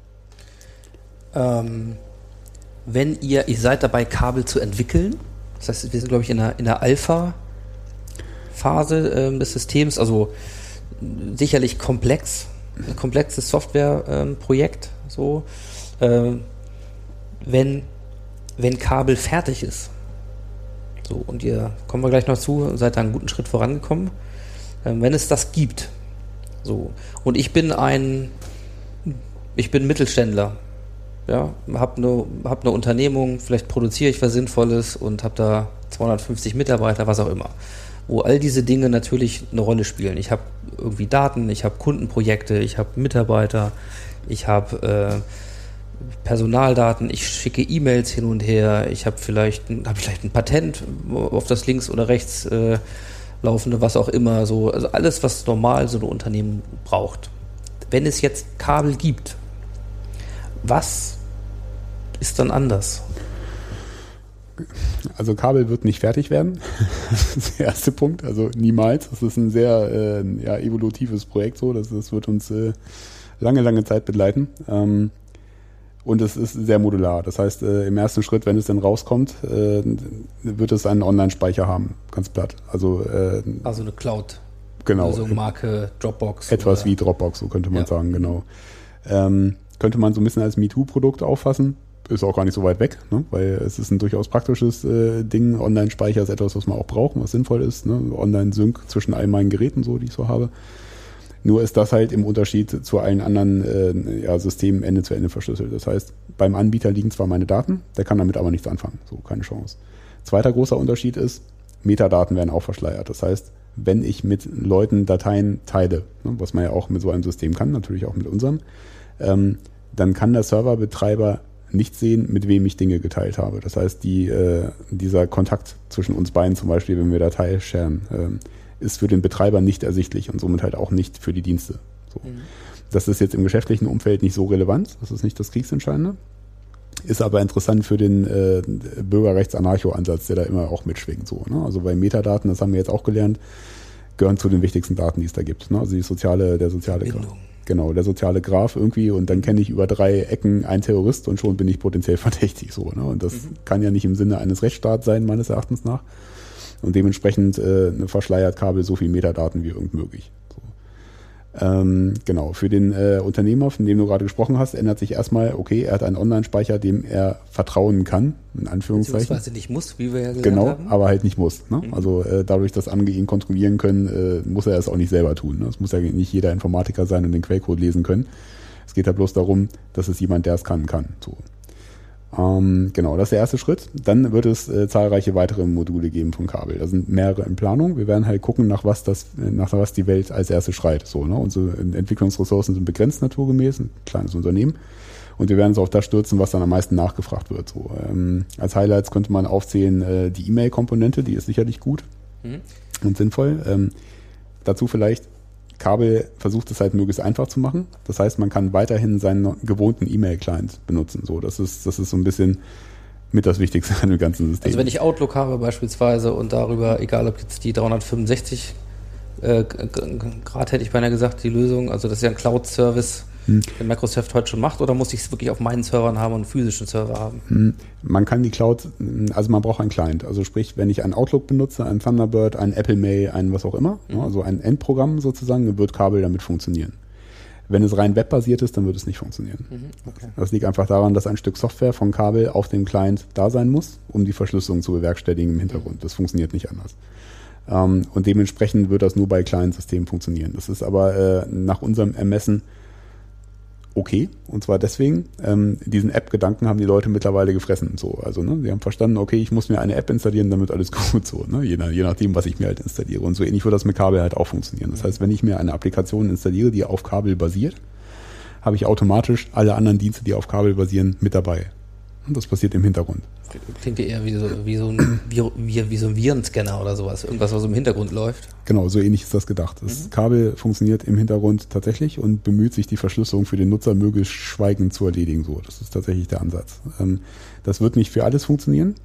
Wenn ihr seid dabei, Kabel zu entwickeln, das heißt, wir sind, glaube ich, in der Alpha-Phase des Systems, also sicherlich ein komplexes Softwareprojekt, so, wenn Kabel fertig ist. So, und kommen wir gleich noch zu, seid da einen guten Schritt vorangekommen. Wenn es das gibt. So, und ich bin Mittelständler. Ja, hab eine Unternehmung, vielleicht produziere ich was Sinnvolles und habe da 250 Mitarbeiter, was auch immer. Wo all diese Dinge natürlich eine Rolle spielen. Ich habe irgendwie Daten, ich habe Kundenprojekte, ich habe Mitarbeiter, ich habe Personaldaten, ich schicke E-Mails hin und her, ich habe vielleicht ein Patent auf das links oder rechts laufende, was auch immer. So, also alles, was normal so ein Unternehmen braucht. Wenn es jetzt Kabel gibt, was ist dann anders? Also Kabel wird nicht fertig werden. Das ist der erste Punkt. Also niemals. Das ist ein sehr evolutives Projekt so. Das wird uns lange Zeit begleiten. Und es ist sehr modular. Das heißt, im ersten Schritt, wenn es dann rauskommt, wird es einen Online-Speicher haben. Ganz platt. Also eine Cloud. Genau. Also Marke Dropbox. Etwas wie Dropbox, so könnte man sagen, genau. Könnte man so ein bisschen als MeToo-Produkt auffassen. Ist auch gar nicht so weit weg, ne? Weil es ist ein durchaus praktisches Ding. Online-Speicher ist etwas, was man auch braucht, was sinnvoll ist. Ne? Online-Sync zwischen all meinen Geräten, so die ich so habe. Nur ist das halt im Unterschied zu allen anderen Systemen Ende zu Ende verschlüsselt. Das heißt, beim Anbieter liegen zwar meine Daten, der kann damit aber nichts anfangen. So, keine Chance. Zweiter großer Unterschied ist, Metadaten werden auch verschleiert. Das heißt, wenn ich mit Leuten Dateien teile, ne, was man ja auch mit so einem System kann, natürlich auch mit unserem, dann kann der Serverbetreiber nicht sehen, mit wem ich Dinge geteilt habe. Das heißt, dieser Kontakt zwischen uns beiden zum Beispiel, wenn wir Datei sharen, ist für den Betreiber nicht ersichtlich und somit halt auch nicht für die Dienste. So. Das ist jetzt im geschäftlichen Umfeld nicht so relevant, das ist nicht das Kriegsentscheidende, ist aber interessant für den Bürgerrechts-Anarcho-Ansatz, der da immer auch mitschwingt. So, ne? Also bei Metadaten, das haben wir jetzt auch gelernt, gehören zu den wichtigsten Daten, die es da gibt. Ne? Also der soziale Graph. Genau, der soziale Graph irgendwie und dann kenne ich über 3 Ecken einen Terrorist und schon bin ich potenziell verdächtig. So, ne? Und das kann ja nicht im Sinne eines Rechtsstaats sein, meines Erachtens nach. Und dementsprechend verschleiert Kabel so viel Metadaten wie irgend möglich. So. Genau, für den Unternehmer, von dem du gerade gesprochen hast, ändert sich erstmal, okay, er hat einen Online-Speicher, dem er vertrauen kann, in Anführungszeichen. Beziehungsweise nicht muss, wie wir ja gelernt genau, haben. Genau, aber halt nicht muss. Ne? Also dadurch, dass andere ihn kontrollieren können, muss er es auch nicht selber tun. Ne? Es muss ja nicht jeder Informatiker sein und den Quellcode lesen können. Es geht ja bloß darum, dass es jemand, der es kann. So. Genau, das ist der erste Schritt. Dann wird es zahlreiche weitere Module geben von Kabel. Da sind mehrere in Planung. Wir werden halt gucken, nach was die Welt als erstes schreit. So, ne? Unsere Entwicklungsressourcen sind begrenzt naturgemäß, ein kleines Unternehmen. Und wir werden uns auf das stürzen, was dann am meisten nachgefragt wird. So, als Highlights könnte man aufzählen die E-Mail-Komponente, die ist sicherlich gut und sinnvoll. Dazu vielleicht, Kabel versucht es halt möglichst einfach zu machen. Das heißt, man kann weiterhin seinen gewohnten E-Mail-Client benutzen. So, das ist so ein bisschen mit das Wichtigste an dem ganzen System. Also wenn ich Outlook habe beispielsweise und darüber, egal ob jetzt die 365 Grad hätte ich beinahe gesagt, die Lösung, also das ist ja ein Cloud-Service, den Microsoft heute schon macht, oder muss ich es wirklich auf meinen Servern haben und einen physischen Server haben? Man kann die Cloud, also man braucht einen Client. Also sprich, wenn ich einen Outlook benutze, einen Thunderbird, einen Apple Mail, einen was auch immer, also ein Endprogramm sozusagen, dann wird Kabel damit funktionieren. Wenn es rein webbasiert ist, dann wird es nicht funktionieren. Okay. Das liegt einfach daran, dass ein Stück Software von Kabel auf dem Client da sein muss, um die Verschlüsselung zu bewerkstelligen im Hintergrund. Das funktioniert nicht anders. Und dementsprechend wird das nur bei kleinen Systemen funktionieren. Das ist aber nach unserem Ermessen okay. Und zwar deswegen, diesen App-Gedanken haben die Leute mittlerweile gefressen. So, also, ne, die haben verstanden, okay, ich muss mir eine App installieren, damit alles gut so, ne, je nachdem, was ich mir halt installiere. Und so ähnlich wird das mit Kabel halt auch funktionieren. Das heißt, wenn ich mir eine Applikation installiere, die auf Kabel basiert, habe ich automatisch alle anderen Dienste, die auf Kabel basieren, mit dabei. Und das passiert im Hintergrund. Klingt ja eher wie so ein Virenscanner oder sowas. Irgendwas, was im Hintergrund läuft. Genau, so ähnlich ist das gedacht. Das Kabel funktioniert im Hintergrund tatsächlich und bemüht sich, die Verschlüsselung für den Nutzer möglichst schweigend zu erledigen. So, das ist tatsächlich der Ansatz. Das wird nicht für alles funktionieren,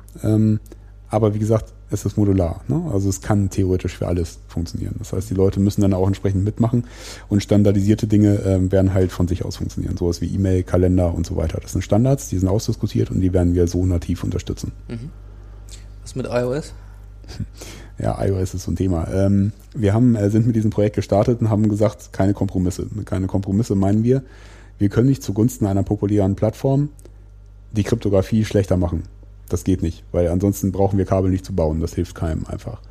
aber wie gesagt, es ist modular. Ne? Also es kann theoretisch für alles funktionieren. Das heißt, die Leute müssen dann auch entsprechend mitmachen und standardisierte Dinge werden halt von sich aus funktionieren. Sowas wie E-Mail, Kalender und so weiter. Das sind Standards, die sind ausdiskutiert und die werden wir so nativ unterstützen. Mhm. Was mit iOS? Ja, iOS ist so ein Thema. Wir sind mit diesem Projekt gestartet und haben gesagt, keine Kompromisse. Keine Kompromisse meinen wir können nicht zugunsten einer populären Plattform die Kryptographie schlechter machen. Das geht nicht, weil ansonsten brauchen wir Kabel nicht zu bauen. Das hilft keinem einfach.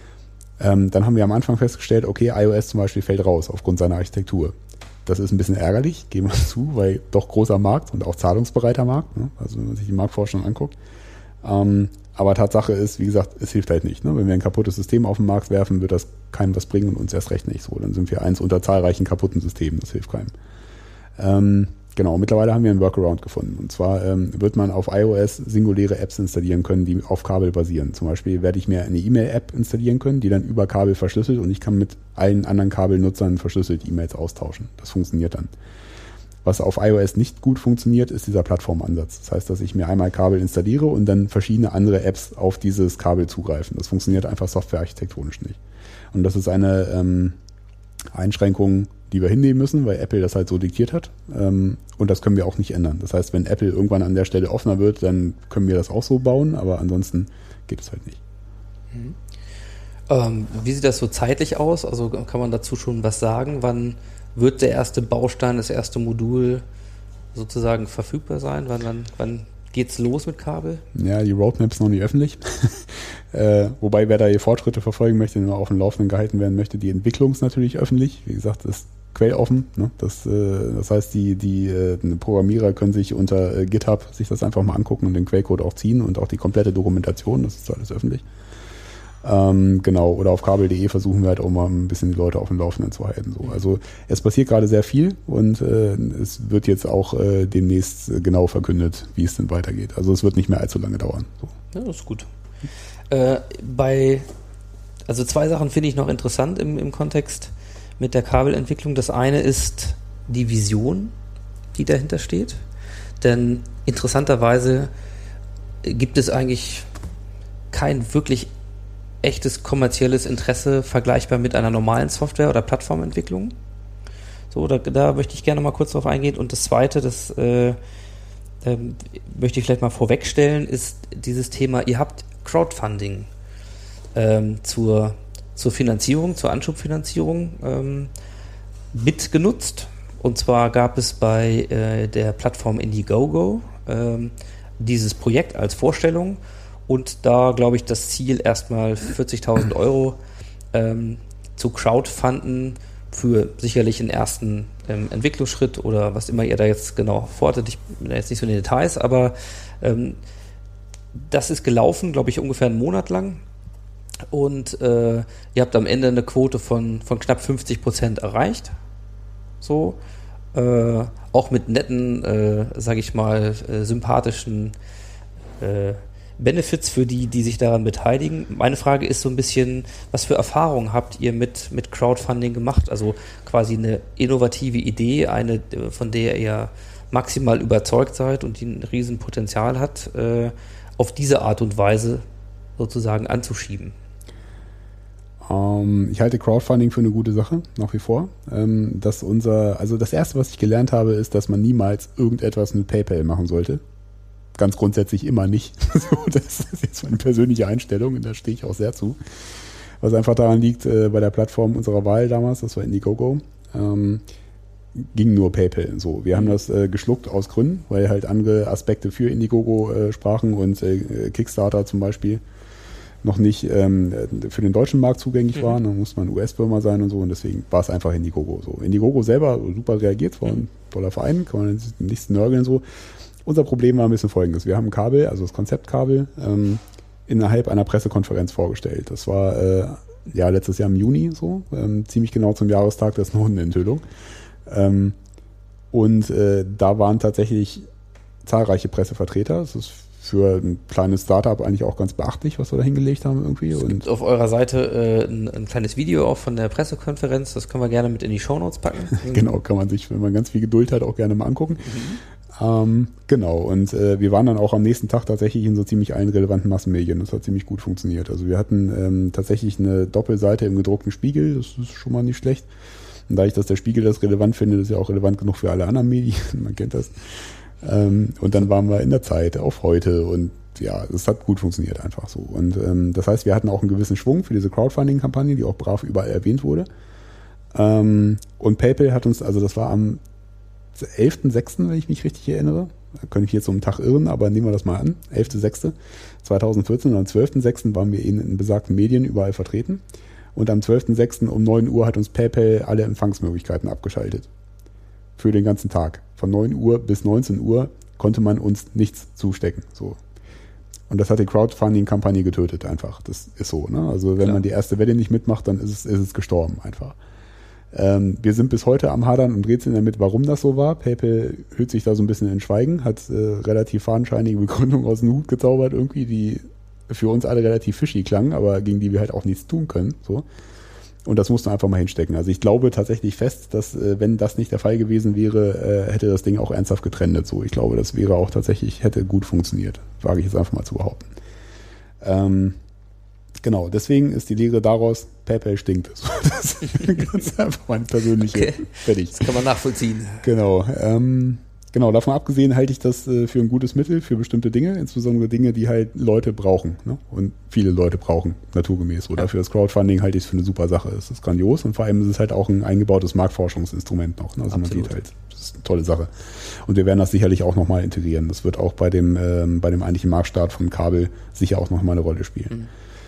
Dann haben wir am Anfang festgestellt, okay, iOS zum Beispiel fällt raus aufgrund seiner Architektur. Das ist ein bisschen ärgerlich, geben wir zu, weil doch großer Markt und auch zahlungsbereiter Markt, ne? Also wenn man sich die Marktforschung anguckt. Aber Tatsache ist, wie gesagt, es hilft halt nicht. Ne? Wenn wir ein kaputtes System auf den Markt werfen, wird das keinem was bringen und uns erst recht nicht so. Dann sind wir eins unter zahlreichen kaputten Systemen. Das hilft keinem. Genau, mittlerweile haben wir einen Workaround gefunden. Und zwar wird man auf iOS singuläre Apps installieren können, die auf Kabel basieren. Zum Beispiel werde ich mir eine E-Mail-App installieren können, die dann über Kabel verschlüsselt und ich kann mit allen anderen Kabelnutzern verschlüsselt E-Mails austauschen. Das funktioniert dann. Was auf iOS nicht gut funktioniert, ist dieser Plattformansatz. Das heißt, dass ich mir einmal Kabel installiere und dann verschiedene andere Apps auf dieses Kabel zugreifen. Das funktioniert einfach softwarearchitektonisch nicht. Und das ist eine Einschränkung, die wir hinnehmen müssen, weil Apple das halt so diktiert hat. Und das können wir auch nicht ändern. Das heißt, wenn Apple irgendwann an der Stelle offener wird, dann können wir das auch so bauen, aber ansonsten geht es halt nicht. Wie sieht das so zeitlich aus? Also kann man dazu schon was sagen? Wann wird der erste Baustein, das erste Modul sozusagen verfügbar sein? Wann geht's los mit Kabel? Ja, die Roadmap ist noch nicht öffentlich. Wobei, wer da die Fortschritte verfolgen möchte, immer auf dem Laufenden gehalten werden möchte, die Entwicklung ist natürlich öffentlich. Wie gesagt, ist quelloffen. Ne? Das heißt, die Programmierer können sich unter GitHub sich das einfach mal angucken und den Quellcode auch ziehen und auch die komplette Dokumentation, das ist alles öffentlich. Genau, oder auf kabel.de versuchen wir halt auch mal ein bisschen die Leute auf dem Laufenden zu halten. So. Also es passiert gerade sehr viel und es wird jetzt auch demnächst genau verkündet, wie es denn weitergeht. Also es wird nicht mehr allzu lange dauern. So. Ja, das ist gut. Also zwei Sachen finde ich noch interessant im Kontext mit der Kabelentwicklung. Das eine ist die Vision, die dahinter steht. Denn interessanterweise gibt es eigentlich kein wirklich echtes kommerzielles Interesse vergleichbar mit einer normalen Software- oder Plattformentwicklung. So, da möchte ich gerne mal kurz drauf eingehen. Und das Zweite, das möchte ich vielleicht mal vorwegstellen, ist dieses Thema, ihr habt Crowdfunding zur Finanzierung, zur Anschubfinanzierung mitgenutzt. Und zwar gab es bei der Plattform Indiegogo dieses Projekt als Vorstellung und da, glaube ich, das Ziel erstmal 40.000 Euro zu crowdfunden für sicherlich einen ersten Entwicklungsschritt oder was immer ihr da jetzt genau vorhattet. Ich bin jetzt nicht so in den Details, aber das ist gelaufen, glaube ich, ungefähr einen Monat lang. Und ihr habt am Ende eine Quote von knapp 50% erreicht. So. Auch mit netten, sage ich mal, sympathischen Benefits für die sich daran beteiligen. Meine Frage ist so ein bisschen, was für Erfahrungen habt ihr mit Crowdfunding gemacht? Also quasi eine innovative Idee, eine, von der ihr maximal überzeugt seid und die ein Riesenpotenzial hat, auf diese Art und Weise sozusagen anzuschieben. Ich halte Crowdfunding für eine gute Sache, nach wie vor. Das Erste, was ich gelernt habe, ist, dass man niemals irgendetwas mit PayPal machen sollte. Ganz grundsätzlich immer nicht. Das ist jetzt meine persönliche Einstellung und da stehe ich auch sehr zu. Was einfach daran liegt, bei der Plattform unserer Wahl damals, das war Indiegogo, ging nur PayPal. So, wir haben das geschluckt aus Gründen, weil halt andere Aspekte für Indiegogo sprachen und Kickstarter zum Beispiel. noch nicht für den deutschen Markt zugänglich waren. Da musste man US-Firma sein und so, und deswegen war es einfach Indiegogo so. Indiegogo selber super reagiert, es war ein toller Verein, kann man nichts nörgeln so. Unser Problem war ein bisschen folgendes: Wir haben ein Kabel, also das Konzeptkabel, innerhalb einer Pressekonferenz vorgestellt. Das war letztes Jahr im Juni so, ziemlich genau zum Jahrestag der Snowden-Enthüllung. Da waren tatsächlich zahlreiche Pressevertreter. Das ist für ein kleines Startup eigentlich auch ganz beachtlich, was wir da hingelegt haben irgendwie. Es gibt auf eurer Seite ein kleines Video auch von der Pressekonferenz, das können wir gerne mit in die Shownotes packen. Genau, kann man sich, wenn man ganz viel Geduld hat, auch gerne mal angucken. Genau, und wir waren dann auch am nächsten Tag tatsächlich in so ziemlich allen relevanten Massenmedien. Das hat ziemlich gut funktioniert. Also wir hatten tatsächlich eine Doppelseite im gedruckten Spiegel, das ist schon mal nicht schlecht. Und da ich, dass der Spiegel das relevant finde, das ist ja auch relevant genug für alle anderen Medien, man kennt das. Und dann waren wir in der Zeit auf heute, und ja, es hat gut funktioniert einfach so. Und das heißt, wir hatten auch einen gewissen Schwung für diese Crowdfunding-Kampagne, die auch brav überall erwähnt wurde. Und PayPal hat uns, also das war am 11.06., wenn ich mich richtig erinnere, da könnte ich jetzt um einen Tag irren, aber nehmen wir das mal an, 11.06.2014, und am 12.06. waren wir in besagten Medien überall vertreten, und am 12.06. um 9 Uhr hat uns PayPal alle Empfangsmöglichkeiten abgeschaltet. Für den ganzen Tag. Von 9 Uhr bis 19 Uhr konnte man uns nichts zustecken. So. Und das hat die Crowdfunding-Kampagne getötet einfach. Das ist so. Ne? Also wenn man die erste Welle nicht mitmacht, dann ist es gestorben einfach. Wir sind bis heute am Hadern und rätseln damit, warum das so war. PayPal hüllt sich da so ein bisschen in Schweigen, hat relativ fadenscheinige Begründungen aus dem Hut gezaubert irgendwie, die für uns alle relativ fishy klangen, aber gegen die wir halt auch nichts tun können. So. Und das musst du einfach mal hinstecken. Also ich glaube tatsächlich fest, dass wenn das nicht der Fall gewesen wäre, hätte das Ding auch ernsthaft getrennt. So, ich glaube, das wäre auch tatsächlich, hätte gut funktioniert. Wage ich jetzt einfach mal zu behaupten. Genau, deswegen ist die Lehre daraus, PayPal stinkt. Das ist einfach meine persönliche Fertig. Das kann man nachvollziehen. Genau. Genau, davon abgesehen halte ich das für ein gutes Mittel für bestimmte Dinge, insbesondere Dinge, die halt Leute brauchen, ne? Und viele Leute brauchen, naturgemäß. So, dafür das Crowdfunding halte ich es für eine super Sache. Es ist grandios, und vor allem ist es halt auch ein eingebautes Marktforschungsinstrument noch. Ne? Also man sieht halt, das ist eine tolle Sache. Und wir werden das sicherlich auch nochmal integrieren. Das wird auch bei dem eigentlichen Marktstart von Kabel sicher auch nochmal eine Rolle spielen.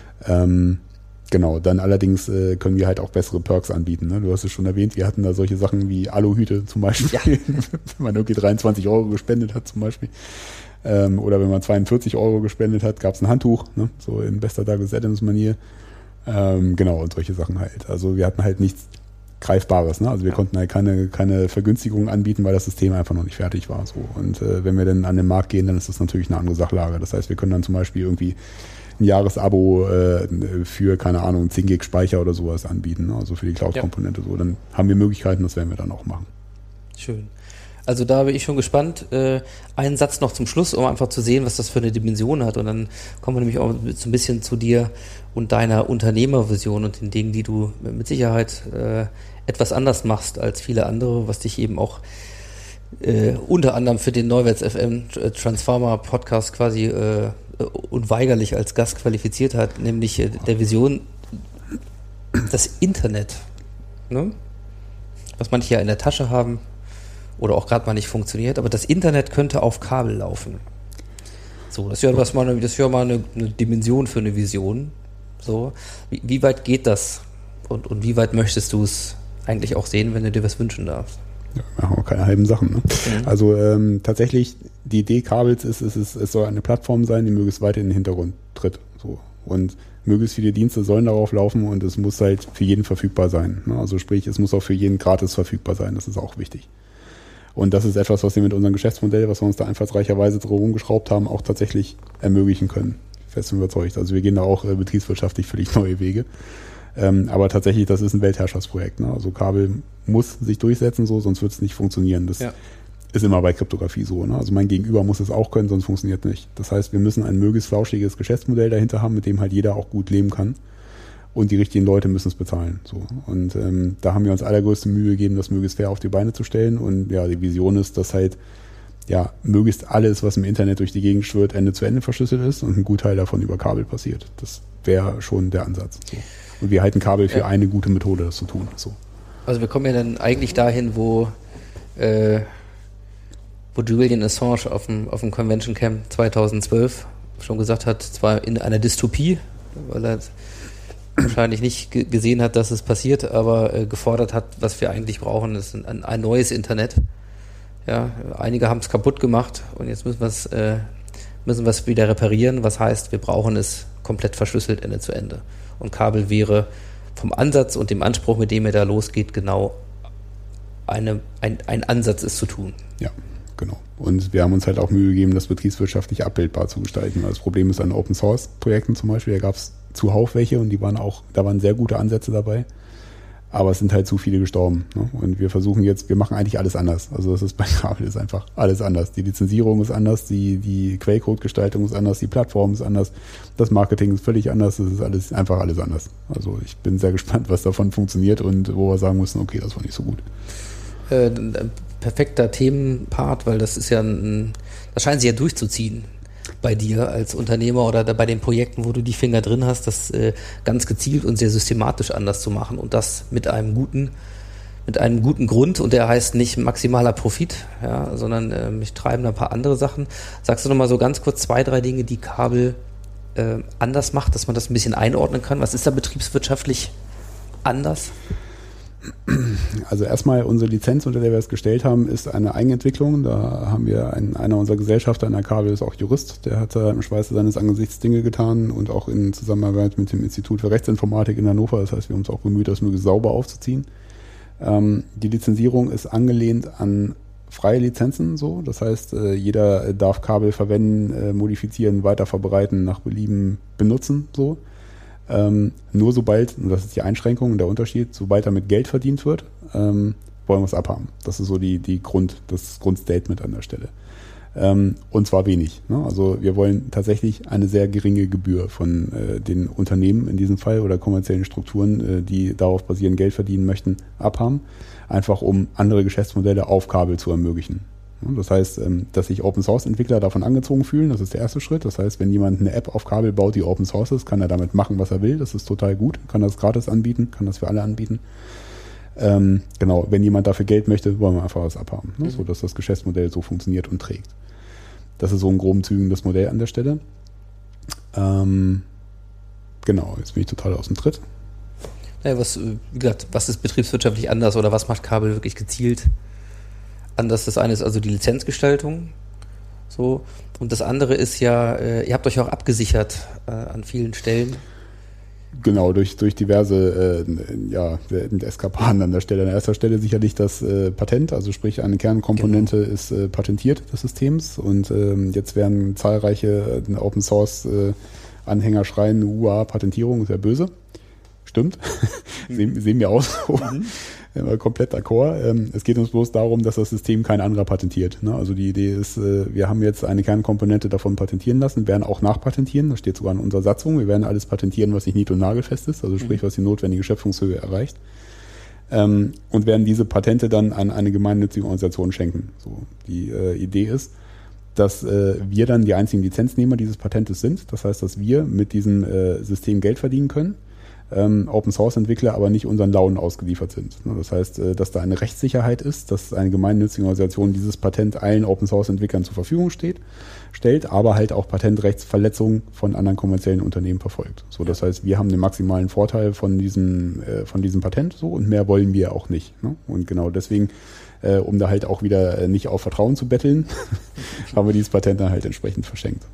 Genau, dann allerdings können wir halt auch bessere Perks anbieten. Ne? Du hast es schon erwähnt, wir hatten da solche Sachen wie Aluhüte zum Beispiel, wenn man irgendwie 23 € gespendet hat zum Beispiel. Oder wenn man 42 € gespendet hat, gab es ein Handtuch, ne? So in bester Douglas Adams-Manier. Genau, und solche Sachen halt. Also wir hatten halt nichts Greifbares. Ne? Also wir konnten halt keine Vergünstigungen anbieten, weil das System einfach noch nicht fertig war. So. Und wenn wir dann an den Markt gehen, dann ist das natürlich eine andere Sachlage. Das heißt, wir können dann zum Beispiel irgendwie ein Jahresabo für, keine Ahnung, 10 Gig Speicher oder sowas anbieten, ne? Also für die Cloud-Komponente. So, dann haben wir Möglichkeiten, das werden wir dann auch machen. Schön. Also da bin ich schon gespannt. Einen Satz noch zum Schluss, um einfach zu sehen, was das für eine Dimension hat. Und dann kommen wir nämlich auch so ein bisschen zu dir und deiner Unternehmervision und den Dingen, die du mit Sicherheit etwas anders machst als viele andere, was dich eben auch unter anderem für den Neuwärts FM Transformer Podcast quasi unweigerlich als Gast qualifiziert hat, nämlich der Vision, das Internet, ne? Was manche ja in der Tasche haben oder auch gerade mal nicht funktioniert, aber das Internet könnte auf Kabel laufen. So, das ist ja mal eine Dimension für eine Vision. So, wie weit geht das und wie weit möchtest du es eigentlich auch sehen, wenn du dir was wünschen darfst? Ja, wir machen auch keine halben Sachen. Ne? Also tatsächlich, die Idee Kabels ist, es soll eine Plattform sein, die möglichst weit in den Hintergrund tritt. So. Und möglichst viele Dienste sollen darauf laufen, und es muss halt für jeden verfügbar sein. Ne? Also sprich, es muss auch für jeden gratis verfügbar sein. Das ist auch wichtig. Und das ist etwas, was wir mit unserem Geschäftsmodell, was wir uns da einfallsreicherweise drum geschraubt haben, auch tatsächlich ermöglichen können. Fest überzeugt. Also wir gehen da auch betriebswirtschaftlich völlig neue Wege. Aber tatsächlich, das ist ein Weltherrschaftsprojekt. Ne? Also Kabel muss sich durchsetzen, so, sonst wird es nicht funktionieren. Das ist immer bei Kryptographie so. Ne? Also mein Gegenüber muss es auch können, sonst funktioniert es nicht. Das heißt, wir müssen ein möglichst flauschiges Geschäftsmodell dahinter haben, mit dem halt jeder auch gut leben kann. Und die richtigen Leute müssen es bezahlen. So. Und da haben wir uns allergrößte Mühe gegeben, das möglichst fair auf die Beine zu stellen. Und ja, die Vision ist, dass halt möglichst alles, was im Internet durch die Gegend schwirrt, Ende zu Ende verschlüsselt ist und ein Gutteil davon über Kabel passiert. Das wäre schon der Ansatz. So. Und wir halten Kabel für eine gute Methode, das zu tun. So. Also wir kommen ja dann eigentlich dahin, wo Julian Assange auf dem Convention Camp 2012 schon gesagt hat, zwar in einer Dystopie, weil er wahrscheinlich nicht gesehen hat, dass es passiert, aber gefordert hat, was wir eigentlich brauchen, ist ein neues Internet. Ja, einige haben es kaputt gemacht und jetzt müssen wir es wieder reparieren, was heißt, wir brauchen es komplett verschlüsselt Ende zu Ende. Und Kabel wäre vom Ansatz und dem Anspruch, mit dem er da losgeht, genau ein Ansatz, es zu tun. Ja, genau. Und wir haben uns halt auch Mühe gegeben, das betriebswirtschaftlich abbildbar zu gestalten. Das Problem ist an Open-Source-Projekten zum Beispiel, da gab es zuhauf welche und da waren sehr gute Ansätze dabei. Aber es sind halt zu viele gestorben. Ne? Und wir machen eigentlich alles anders. Also das ist bei Kabel ist einfach alles anders. Die Lizenzierung ist anders, die Quellcode-Gestaltung ist anders, die Plattform ist anders, das Marketing ist völlig anders, das ist einfach alles anders. Also ich bin sehr gespannt, was davon funktioniert und wo wir sagen müssen, okay, das war nicht so gut. Ein perfekter Themenpart, weil das ist ja das scheint sich ja durchzuziehen bei dir als Unternehmer oder bei den Projekten, wo du die Finger drin hast, das ganz gezielt und sehr systematisch anders zu machen und das mit einem guten Grund, und der heißt nicht maximaler Profit, ja, sondern mich treiben ein paar andere Sachen. Sagst du noch mal so ganz kurz 2, 3 Dinge, die Kabel anders macht, dass man das ein bisschen einordnen kann? Was ist da betriebswirtschaftlich anders? Also erstmal unsere Lizenz, unter der wir es gestellt haben, ist eine Eigenentwicklung. Da haben wir einer unserer Gesellschafter in der Kabel ist auch Jurist, der hat da im Schweiße seines Angesichts Dinge getan und auch in Zusammenarbeit mit dem Institut für Rechtsinformatik in Hannover. Das heißt, wir haben uns auch bemüht, das möglichst sauber aufzuziehen. Die Lizenzierung ist angelehnt an freie Lizenzen so. Das heißt, jeder darf Kabel verwenden, modifizieren, weiterverbreiten, nach Belieben benutzen so. Nur sobald, und das ist die Einschränkung und der Unterschied, sobald damit Geld verdient wird, wollen wir es abhaben. Das ist so das Grundstatement an der Stelle. Und zwar wenig. Ne? Also wir wollen tatsächlich eine sehr geringe Gebühr von den Unternehmen in diesem Fall oder kommerziellen Strukturen, die darauf basieren, Geld verdienen möchten, abhaben. Einfach um andere Geschäftsmodelle auf Kabel zu ermöglichen. Das heißt, dass sich Open-Source-Entwickler davon angezogen fühlen, das ist der erste Schritt. Das heißt, wenn jemand eine App auf Kabel baut, die Open-Source ist, kann er damit machen, was er will. Das ist total gut, kann das gratis anbieten, kann das für alle anbieten. Genau, wenn jemand dafür Geld möchte, wollen wir einfach was abhaben, ne? So dass das Geschäftsmodell so funktioniert und trägt. Das ist so in groben Zügen das Modell an der Stelle. Genau, jetzt bin ich total aus dem Tritt. Naja, wie gesagt, was ist betriebswirtschaftlich anders oder was macht Kabel wirklich gezielt anders? Das eine ist also die Lizenzgestaltung, so, und das andere ist ja, ihr habt euch auch abgesichert an vielen Stellen. Genau, durch diverse Eskapaden an der Stelle. An erster Stelle sicherlich das Patent, also sprich eine Kernkomponente ist patentiert des Systems und jetzt werden zahlreiche Open-Source-Anhänger schreien, Patentierung ist ja böse. Stimmt, sehen wir aus so. Komplett d'accord. Es geht uns bloß darum, dass das System kein anderer patentiert. Ne? Also die Idee ist, wir haben jetzt eine Kernkomponente davon patentieren lassen, werden auch nachpatentieren, das steht sogar in unserer Satzung, wir werden alles patentieren, was nicht nied- und nagelfest ist, also sprich, was die notwendige Schöpfungshöhe erreicht. Und werden diese Patente dann an eine gemeinnützige Organisation schenken. So, die Idee ist, dass wir dann die einzigen Lizenznehmer dieses Patentes sind. Das heißt, dass wir mit diesem System Geld verdienen können. Open-Source-Entwickler aber nicht unseren Launen ausgeliefert sind. Das heißt, dass da eine Rechtssicherheit ist, dass eine gemeinnützige Organisation dieses Patent allen Open-Source-Entwicklern zur Verfügung stellt, aber halt auch Patentrechtsverletzungen von anderen kommerziellen Unternehmen verfolgt. So, das heißt, wir haben den maximalen Vorteil von diesem Patent so und mehr wollen wir auch nicht. Ne? Und genau deswegen, um da halt auch wieder nicht auf Vertrauen zu betteln, haben wir dieses Patent dann halt entsprechend verschenkt.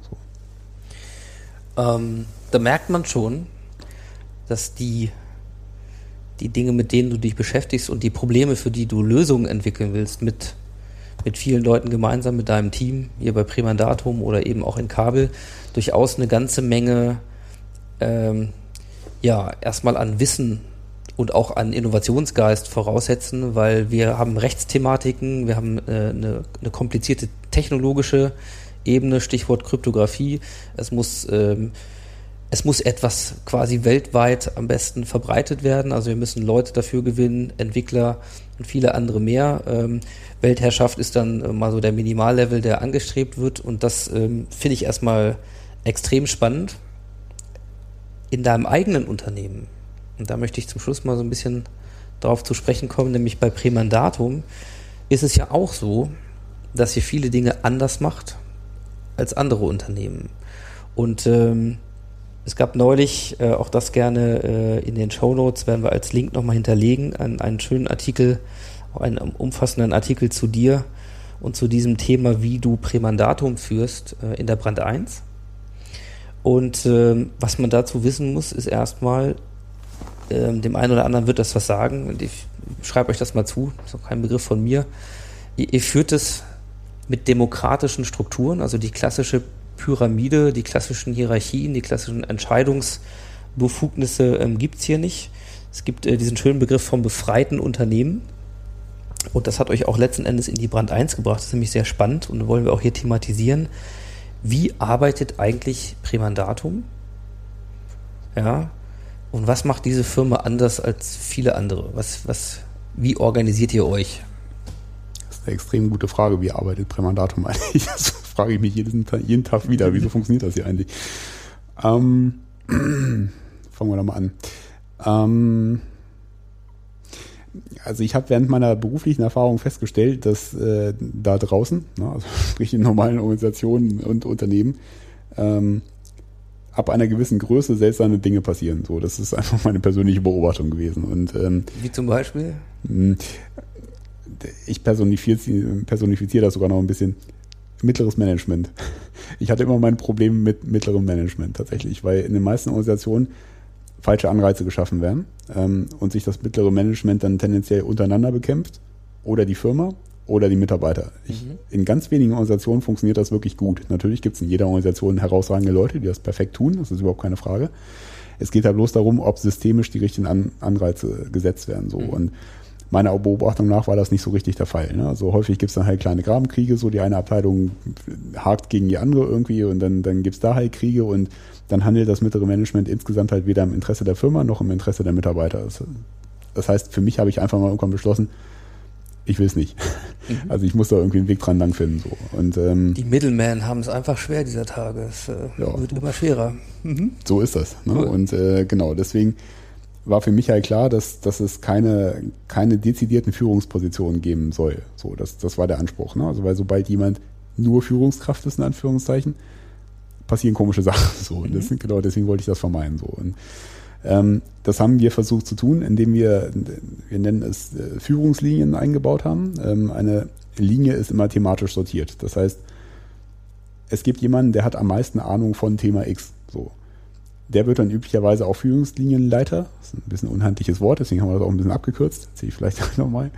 So. Da merkt man schon, dass die Dinge, mit denen du dich beschäftigst und die Probleme, für die du Lösungen entwickeln willst, mit vielen Leuten gemeinsam, mit deinem Team, hier bei Premandatum oder eben auch in Kabel, durchaus eine ganze Menge erstmal an Wissen und auch an Innovationsgeist voraussetzen, weil wir haben Rechtsthematiken, wir haben eine komplizierte technologische Ebene, Stichwort Kryptographie, es muss etwas quasi weltweit am besten verbreitet werden. Also wir müssen Leute dafür gewinnen, Entwickler und viele andere mehr. Weltherrschaft ist dann mal so der Minimallevel, der angestrebt wird. Und das finde ich erstmal extrem spannend. In deinem eigenen Unternehmen, und da möchte ich zum Schluss mal so ein bisschen drauf zu sprechen kommen, nämlich bei Premandatum, ist es ja auch so, dass ihr viele Dinge anders macht als andere Unternehmen. Und Es gab neulich, auch das gerne in den Shownotes, werden wir als Link nochmal hinterlegen, einen schönen Artikel, auch einen umfassenden Artikel zu dir und zu diesem Thema, wie du Prämandatum führst in der Brand 1. Und was man dazu wissen muss, ist erstmal, dem einen oder anderen wird das was sagen, und ich schreibe euch das mal zu, das ist auch kein Begriff von mir. Ihr führt es mit demokratischen Strukturen, also die klassische Pyramide, die klassischen Hierarchien, die klassischen Entscheidungsbefugnisse gibt es hier nicht. Es gibt diesen schönen Begriff vom befreiten Unternehmen, und das hat euch auch letzten Endes in die Brand 1 gebracht. Das ist nämlich sehr spannend und wollen wir auch hier thematisieren. Wie arbeitet eigentlich Prämandatum? Ja, und was macht diese Firma anders als viele andere? Wie organisiert ihr euch? Das ist eine extrem gute Frage. Wie arbeitet Prämandatum eigentlich? Das frage ich mich jeden Tag wieder. Wieso funktioniert das hier eigentlich? Fangen wir da mal an. Also ich habe während meiner beruflichen Erfahrung festgestellt, dass da draußen, also sprich in normalen Organisationen und Unternehmen, ab einer gewissen Größe seltsame Dinge passieren. So, das ist einfach meine persönliche Beobachtung gewesen. Und wie zum Beispiel? Ich personifiziere das sogar noch ein bisschen. Mittleres Management. Ich hatte immer mein Problem mit mittlerem Management tatsächlich, weil in den meisten Organisationen falsche Anreize geschaffen werden und sich das mittlere Management dann tendenziell untereinander bekämpft oder die Firma oder die Mitarbeiter. In ganz wenigen Organisationen funktioniert das wirklich gut. Natürlich gibt es in jeder Organisation herausragende Leute, die das perfekt tun, das ist überhaupt keine Frage. Es geht halt bloß darum, ob systemisch die richtigen Anreize gesetzt werden. So. Und meiner Beobachtung nach war das nicht so richtig der Fall. Ne? Also häufig gibt es dann halt kleine Grabenkriege, so die eine Abteilung hakt gegen die andere irgendwie und dann gibt es da halt Kriege und dann handelt das mittlere Management insgesamt halt weder im Interesse der Firma noch im Interesse der Mitarbeiter. Das heißt, für mich habe ich einfach mal irgendwann beschlossen, ich will es nicht. Also ich muss da irgendwie einen Weg dran lang finden. So. Und, die Middlemen haben es einfach schwer dieser Tage. Es wird immer schwerer. So ist das. Ne? Cool. Und genau, deswegen war für mich halt klar, dass es keine dezidierten Führungspositionen geben soll. So, das war der Anspruch. Ne? Also weil sobald jemand nur Führungskraft ist, in Anführungszeichen, passieren komische Sachen. So. Und genau deswegen wollte ich das vermeiden. So. Und das haben wir versucht zu tun, indem wir nennen es Führungslinien eingebaut haben. Eine Linie ist immer thematisch sortiert. Das heißt, es gibt jemanden, der hat am meisten Ahnung von Thema X. So. Der wird dann üblicherweise auch Führungslinienleiter. Das ist ein bisschen ein unhandliches Wort, deswegen haben wir das auch ein bisschen abgekürzt. Erzähle ich vielleicht nochmal.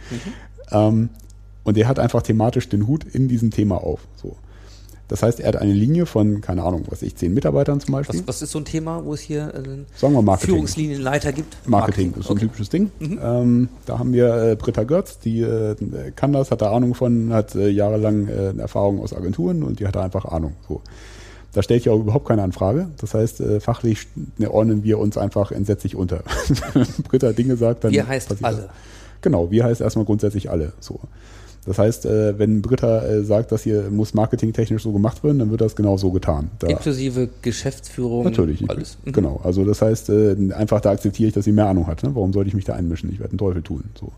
Und der hat einfach thematisch den Hut in diesem Thema auf. So. Das heißt, er hat eine Linie von, keine Ahnung, 10 Mitarbeitern zum Beispiel. Was ist so ein Thema, wo es hier sagen wir Marketing. Führungslinienleiter gibt? Marketing ist so ein typisches Ding. Da haben wir Britta Görz, die kann das, hat da Ahnung von, hat jahrelang Erfahrung aus Agenturen und die hat da einfach Ahnung. So. Da stelle ich auch überhaupt keine Anfrage. Das heißt, fachlich ordnen wir uns einfach entsetzlich unter. Wenn Britta Dinge sagt, dann wir heißt alle. Das. Genau, wir heißt erstmal grundsätzlich alle. So. Das heißt, wenn Britta sagt, das hier muss marketingtechnisch so gemacht werden, dann wird das genau so getan. Inklusive Geschäftsführung. Natürlich. Alles. Genau. Also das heißt, einfach da akzeptiere ich, dass sie mehr Ahnung hat. Ne? Warum sollte ich mich da einmischen? Ich werde einen Teufel tun. So.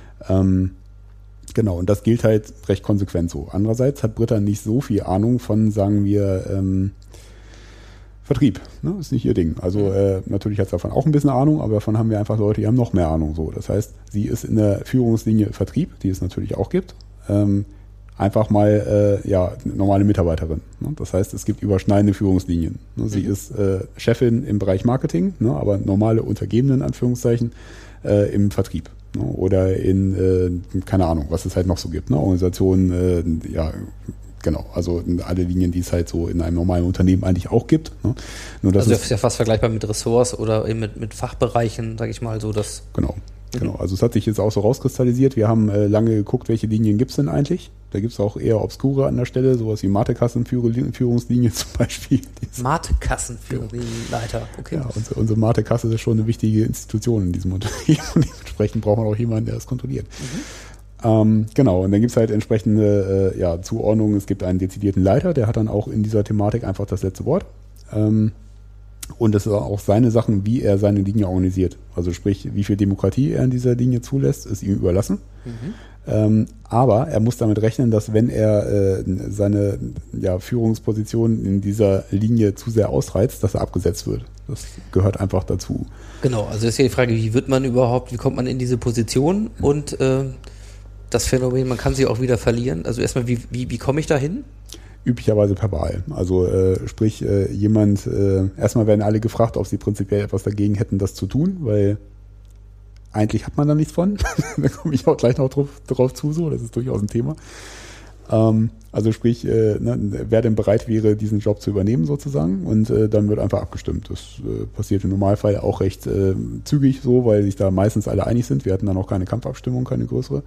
Genau. Und das gilt halt recht konsequent so. Andererseits hat Britta nicht so viel Ahnung von, sagen wir, Vertrieb, ne? Ist nicht ihr Ding. Also natürlich hat sie davon auch ein bisschen Ahnung, aber davon haben wir einfach Leute, die haben noch mehr Ahnung. So. Das heißt, sie ist in der Führungslinie Vertrieb, die es natürlich auch gibt, einfach mal normale Mitarbeiterin. Ne? Das heißt, es gibt überschneidende Führungslinien. Ne? Sie ist Chefin im Bereich Marketing, ne? Aber normale Untergebenen, in Anführungszeichen, im Vertrieb. Ne? Oder in, keine Ahnung, was es halt noch so gibt. Ne? Organisationen, genau, also alle Linien, die es halt so in einem normalen Unternehmen eigentlich auch gibt. Ne? Nur das ist ja fast vergleichbar mit Ressorts oder eben mit Fachbereichen, sage ich mal so. Genau. Also es hat sich jetzt auch so rauskristallisiert. Wir haben lange geguckt, welche Linien gibt es denn eigentlich. Da gibt es auch eher obskure an der Stelle, sowas wie Matekassenführungslinie zum Beispiel. Matekassenführungsleiter, okay. Ja, unsere Matekasse ist schon eine wichtige Institution in diesem Unternehmen. Dementsprechend braucht man auch jemanden, der das kontrolliert. Genau, und dann gibt es halt entsprechende Zuordnungen. Es gibt einen dezidierten Leiter, der hat dann auch in dieser Thematik einfach das letzte Wort. Und es ist auch seine Sachen, wie er seine Linie organisiert. Also sprich, wie viel Demokratie er in dieser Linie zulässt, ist ihm überlassen. Aber er muss damit rechnen, dass wenn er seine Führungsposition in dieser Linie zu sehr ausreizt, dass er abgesetzt wird. Das gehört einfach dazu. Genau, also das ist ja die Frage, wie kommt man in diese Position und das Phänomen, man kann sie auch wieder verlieren. Also erstmal, wie komme ich da hin? Üblicherweise per Wahl. Also sprich, erstmal werden alle gefragt, ob sie prinzipiell etwas dagegen hätten, das zu tun, weil eigentlich hat man da nichts von. Da komme ich auch gleich noch drauf zu, so, das ist durchaus ein Thema. Also sprich, wer denn bereit wäre, diesen Job zu übernehmen sozusagen, und dann wird einfach abgestimmt. Das passiert im Normalfall auch recht zügig so, weil sich da meistens alle einig sind. Wir hatten dann auch keine Kampfabstimmung, keine größere.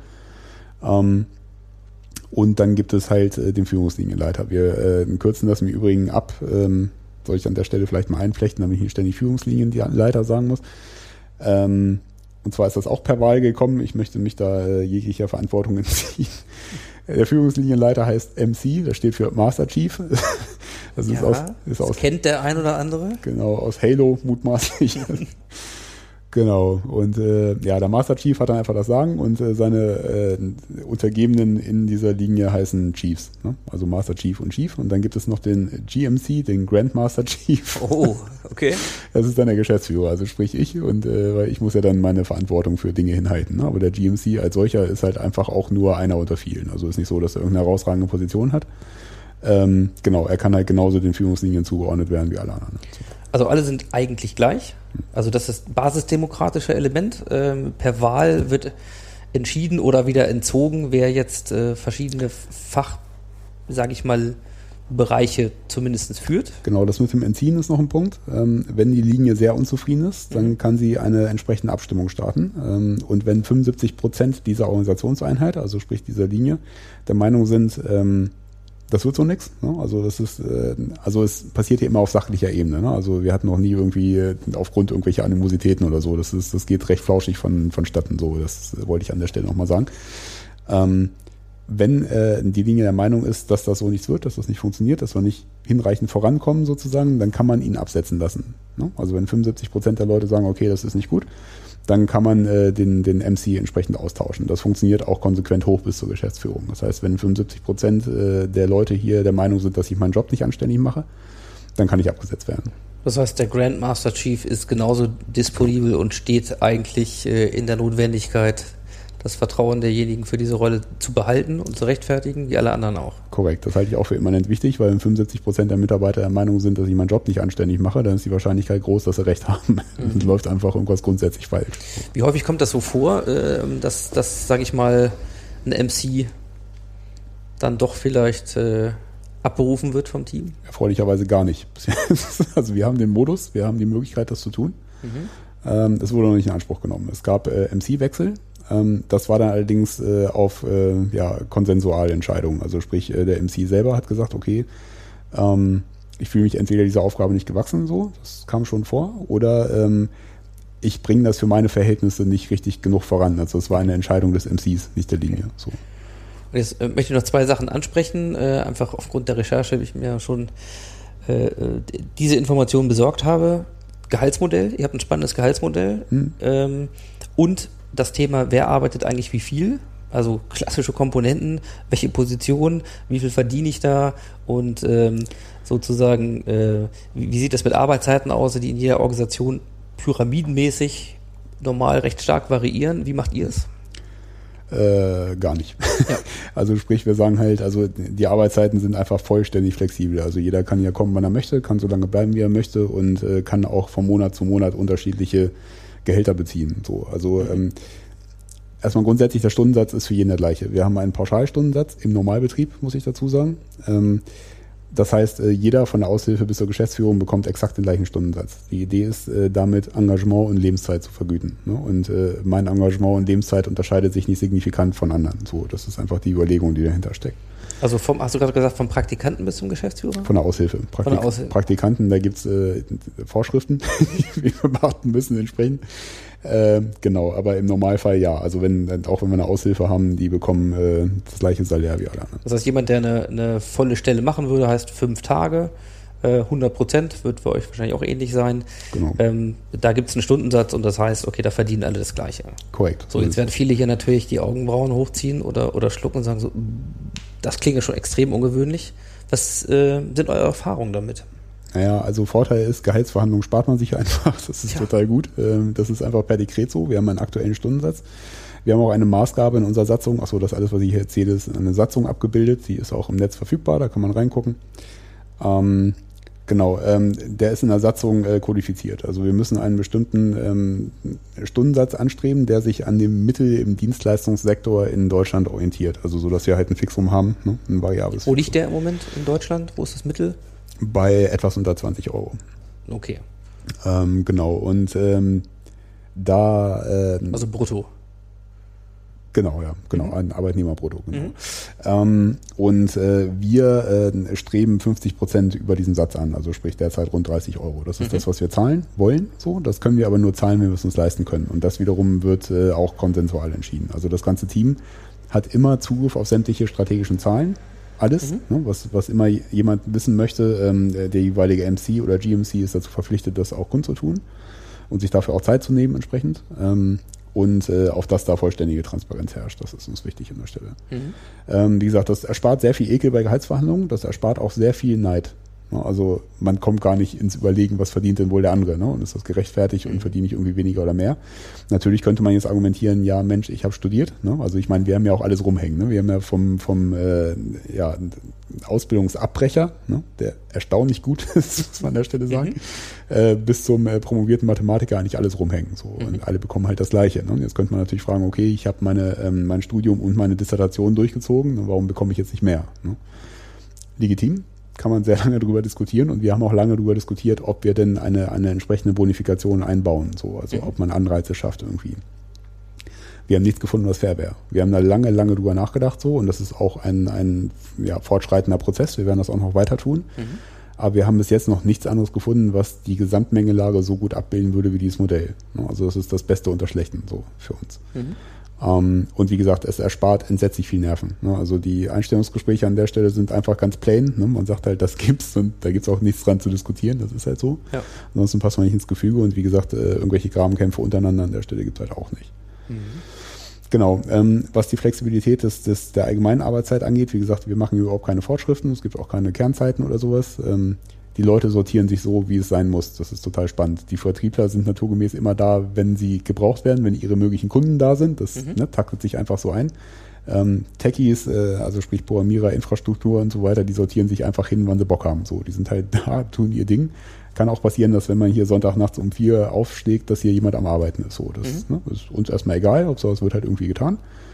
Und dann gibt es halt den Führungslinienleiter. Wir kürzen das im Übrigen ab. Soll ich an der Stelle vielleicht mal einflechten, damit ich nicht ständig Führungslinienleiter sagen muss. Und zwar ist das auch per Wahl gekommen. Ich möchte mich da jeglicher Verantwortung entziehen. Der Führungslinienleiter heißt MC, das steht für Master Chief. Das kennt der ein oder andere. Genau, aus Halo mutmaßlich. Genau, und der Master Chief hat dann einfach das Sagen und seine Untergebenen in dieser Linie heißen Chiefs, ne? Also Master Chief und Chief, und dann gibt es noch den GMC, den Grandmaster Chief. Oh, okay. Das ist dann der Geschäftsführer, also sprich ich, und weil ich muss ja dann meine Verantwortung für Dinge hinhalten, ne? Aber der GMC als solcher ist halt einfach auch nur einer unter vielen, also ist nicht so, dass er irgendeine herausragende Position hat. Genau, er kann halt genauso den Führungslinien zugeordnet werden wie alle anderen. Also alle sind eigentlich gleich. Also das ist basisdemokratische Element. Per Wahl wird entschieden oder wieder entzogen, wer jetzt verschiedene Bereiche zumindest führt. Genau, das mit dem Entziehen ist noch ein Punkt. Wenn die Linie sehr unzufrieden ist, dann kann sie eine entsprechende Abstimmung starten. Und wenn 75% dieser Organisationseinheit, also sprich dieser Linie, der Meinung sind, das wird so nix. Ne? Also das ist, es passiert hier immer auf sachlicher Ebene. Ne? Also wir hatten noch nie irgendwie aufgrund irgendwelcher Animositäten oder so. Das geht recht flauschig vonstatten. So, das wollte ich an der Stelle nochmal sagen. Wenn die Linie der Meinung ist, dass das so nichts wird, dass das nicht funktioniert, dass wir nicht hinreichend vorankommen sozusagen, dann kann man ihn absetzen lassen. Ne? Also wenn 75% der Leute sagen, okay, das ist nicht gut, dann kann man den MC entsprechend austauschen. Das funktioniert auch konsequent hoch bis zur Geschäftsführung. Das heißt, wenn 75% der Leute hier der Meinung sind, dass ich meinen Job nicht anständig mache, dann kann ich abgesetzt werden. Das heißt, der Grandmaster Chief ist genauso disponibel und steht eigentlich in der Notwendigkeit, das Vertrauen derjenigen für diese Rolle zu behalten und zu rechtfertigen, wie alle anderen auch. Korrekt, das halte ich auch für immanent wichtig, weil wenn 75% der Mitarbeiter der Meinung sind, dass ich meinen Job nicht anständig mache, dann ist die Wahrscheinlichkeit groß, dass sie recht haben. Es läuft einfach irgendwas grundsätzlich falsch. Wie häufig kommt das so vor, dass sage ich mal, ein MC dann doch vielleicht abberufen wird vom Team? Erfreulicherweise gar nicht. Also wir haben den Modus, wir haben die Möglichkeit, das zu tun. Das wurde noch nicht in Anspruch genommen. Es gab MC-Wechsel. Das war dann allerdings auf konsensuale Entscheidungen. Also sprich, der MC selber hat gesagt, okay, ich fühle mich entweder dieser Aufgabe nicht gewachsen, so, das kam schon vor, oder ich bringe das für meine Verhältnisse nicht richtig genug voran. Also es war eine Entscheidung des MCs, nicht der Linie. So. Und jetzt möchte ich noch zwei Sachen ansprechen, einfach aufgrund der Recherche, wie ich mir schon diese Informationen besorgt habe. Gehaltsmodell, ihr habt ein spannendes Gehaltsmodell und das Thema, wer arbeitet eigentlich wie viel, also klassische Komponenten, welche Position, wie viel verdiene ich da und sozusagen, wie sieht das mit Arbeitszeiten aus, die in jeder Organisation pyramidenmäßig normal recht stark variieren. Wie macht ihr es? Gar nicht. Ja. Also sprich, wir sagen halt, also die Arbeitszeiten sind einfach vollständig flexibel. Also jeder kann ja kommen, wann er möchte, kann so lange bleiben, wie er möchte und kann auch von Monat zu Monat unterschiedliche Gehälter beziehen. So, also erstmal grundsätzlich, der Stundensatz ist für jeden der gleiche. Wir haben einen Pauschalstundensatz im Normalbetrieb, muss ich dazu sagen. Das heißt, jeder von der Aushilfe bis zur Geschäftsführung bekommt exakt den gleichen Stundensatz. Die Idee ist, damit Engagement und Lebenszeit zu vergüten. Ne? Und mein Engagement und Lebenszeit unterscheidet sich nicht signifikant von anderen. So, das ist einfach die Überlegung, die dahinter steckt. Also hast du gerade gesagt, vom Praktikanten bis zum Geschäftsführer? Von der Aushilfe. Praktikanten, da gibt es Vorschriften, die wir beachten müssen entsprechend. Genau, aber im Normalfall ja. Also auch wenn wir eine Aushilfe haben, die bekommen das gleiche Salär wie alle anderen. Das heißt, jemand, der eine volle Stelle machen würde, heißt 5 Tage, 100% wird für euch wahrscheinlich auch ähnlich sein. Genau. Da gibt es einen Stundensatz und das heißt, okay, da verdienen alle das Gleiche. Korrekt. So, jetzt werden viele hier natürlich die Augenbrauen hochziehen oder schlucken und sagen so, das klingt ja schon extrem ungewöhnlich. Was sind eure Erfahrungen damit? Naja, also Vorteil ist, Gehaltsverhandlungen spart man sich einfach. Das ist total gut. Das ist einfach per Dekret so. Wir haben einen aktuellen Stundensatz. Wir haben auch eine Maßgabe in unserer Satzung. Achso, das alles, was ich hier erzähle, ist eine Satzung abgebildet. Die ist auch im Netz verfügbar, da kann man reingucken. Der ist in der Satzung kodifiziert. Also wir müssen einen bestimmten Stundensatz anstreben, der sich an dem Mittel im Dienstleistungssektor in Deutschland orientiert. Also so, dass wir halt ein Fixum haben, ne? Ein variables Wo liegt der im Moment in Deutschland? Wo ist das Mittel? Bei etwas unter 20 Euro. Okay. Und also brutto. Genau, ein Arbeitnehmerbrutto, genau. Wir streben 50% über diesen Satz an, also sprich derzeit rund 30 Euro. Das ist das, was wir zahlen wollen. So, das können wir aber nur zahlen, wenn wir es uns leisten können. Und das wiederum wird auch konsensual entschieden. Also das ganze Team hat immer Zugriff auf sämtliche strategischen Zahlen. Alles, ne, was immer jemand wissen möchte, der jeweilige MC oder GMC ist dazu verpflichtet, das auch kundzutun und sich dafür auch Zeit zu nehmen entsprechend. Auf das da vollständige Transparenz herrscht. Das ist uns wichtig an der Stelle. Wie gesagt, das erspart sehr viel Ekel bei Gehaltsverhandlungen, das erspart auch sehr viel Neid. Also man kommt gar nicht ins Überlegen, was verdient denn wohl der andere, ne? Und ist das gerechtfertigt und verdiene ich irgendwie weniger oder mehr? Natürlich könnte man jetzt argumentieren, ja Mensch, ich habe studiert, ne? Also ich meine, wir haben ja auch alles rumhängen, ne? Wir haben ja vom Ausbildungsabbrecher, ne? Der erstaunlich gut ist, muss man an der Stelle sagen, bis zum promovierten Mathematiker eigentlich alles rumhängen. So. Und alle bekommen halt das Gleiche. Ne? Und jetzt könnte man natürlich fragen, okay, ich habe mein Studium und meine Dissertation durchgezogen, warum bekomme ich jetzt nicht mehr? Ne? Legitim. Kann man sehr lange darüber diskutieren und wir haben auch lange darüber diskutiert, ob wir denn eine entsprechende Bonifikation einbauen, so, also ob man Anreize schafft irgendwie. Wir haben nichts gefunden, was fair wäre. Wir haben da lange drüber nachgedacht so und das ist auch ein fortschreitender Prozess. Wir werden das auch noch weiter tun. Aber wir haben bis jetzt noch nichts anderes gefunden, was die Gesamtmengelage so gut abbilden würde wie dieses Modell. Also das ist das Beste unter Schlechten so für uns. Und wie gesagt, es erspart entsetzlich viel Nerven. Also die Einstellungsgespräche an der Stelle sind einfach ganz plain. Man sagt halt, das gibt's und da gibt's auch nichts dran zu diskutieren. Das ist halt so. Ja. Ansonsten passt man nicht ins Gefüge und wie gesagt, irgendwelche Grabenkämpfe untereinander an der Stelle gibt's halt auch nicht. Genau. Was die Flexibilität der allgemeinen Arbeitszeit angeht, wie gesagt, wir machen überhaupt keine Fortschriften. Es gibt auch keine Kernzeiten oder sowas. Die Leute sortieren sich so, wie es sein muss. Das ist total spannend. Die Vertriebler sind naturgemäß immer da, wenn sie gebraucht werden, wenn ihre möglichen Kunden da sind. Das taktet sich einfach so ein. Techies, also sprich Programmierer, Infrastruktur und so weiter, die sortieren sich einfach hin, wann sie Bock haben. So, die sind halt da, tun ihr Ding. Kann auch passieren, dass wenn man hier Sonntagnachts um 4 aufschlägt, dass hier jemand am Arbeiten ist. So, das ist uns erstmal egal, Hauptsache es wird halt irgendwie getan.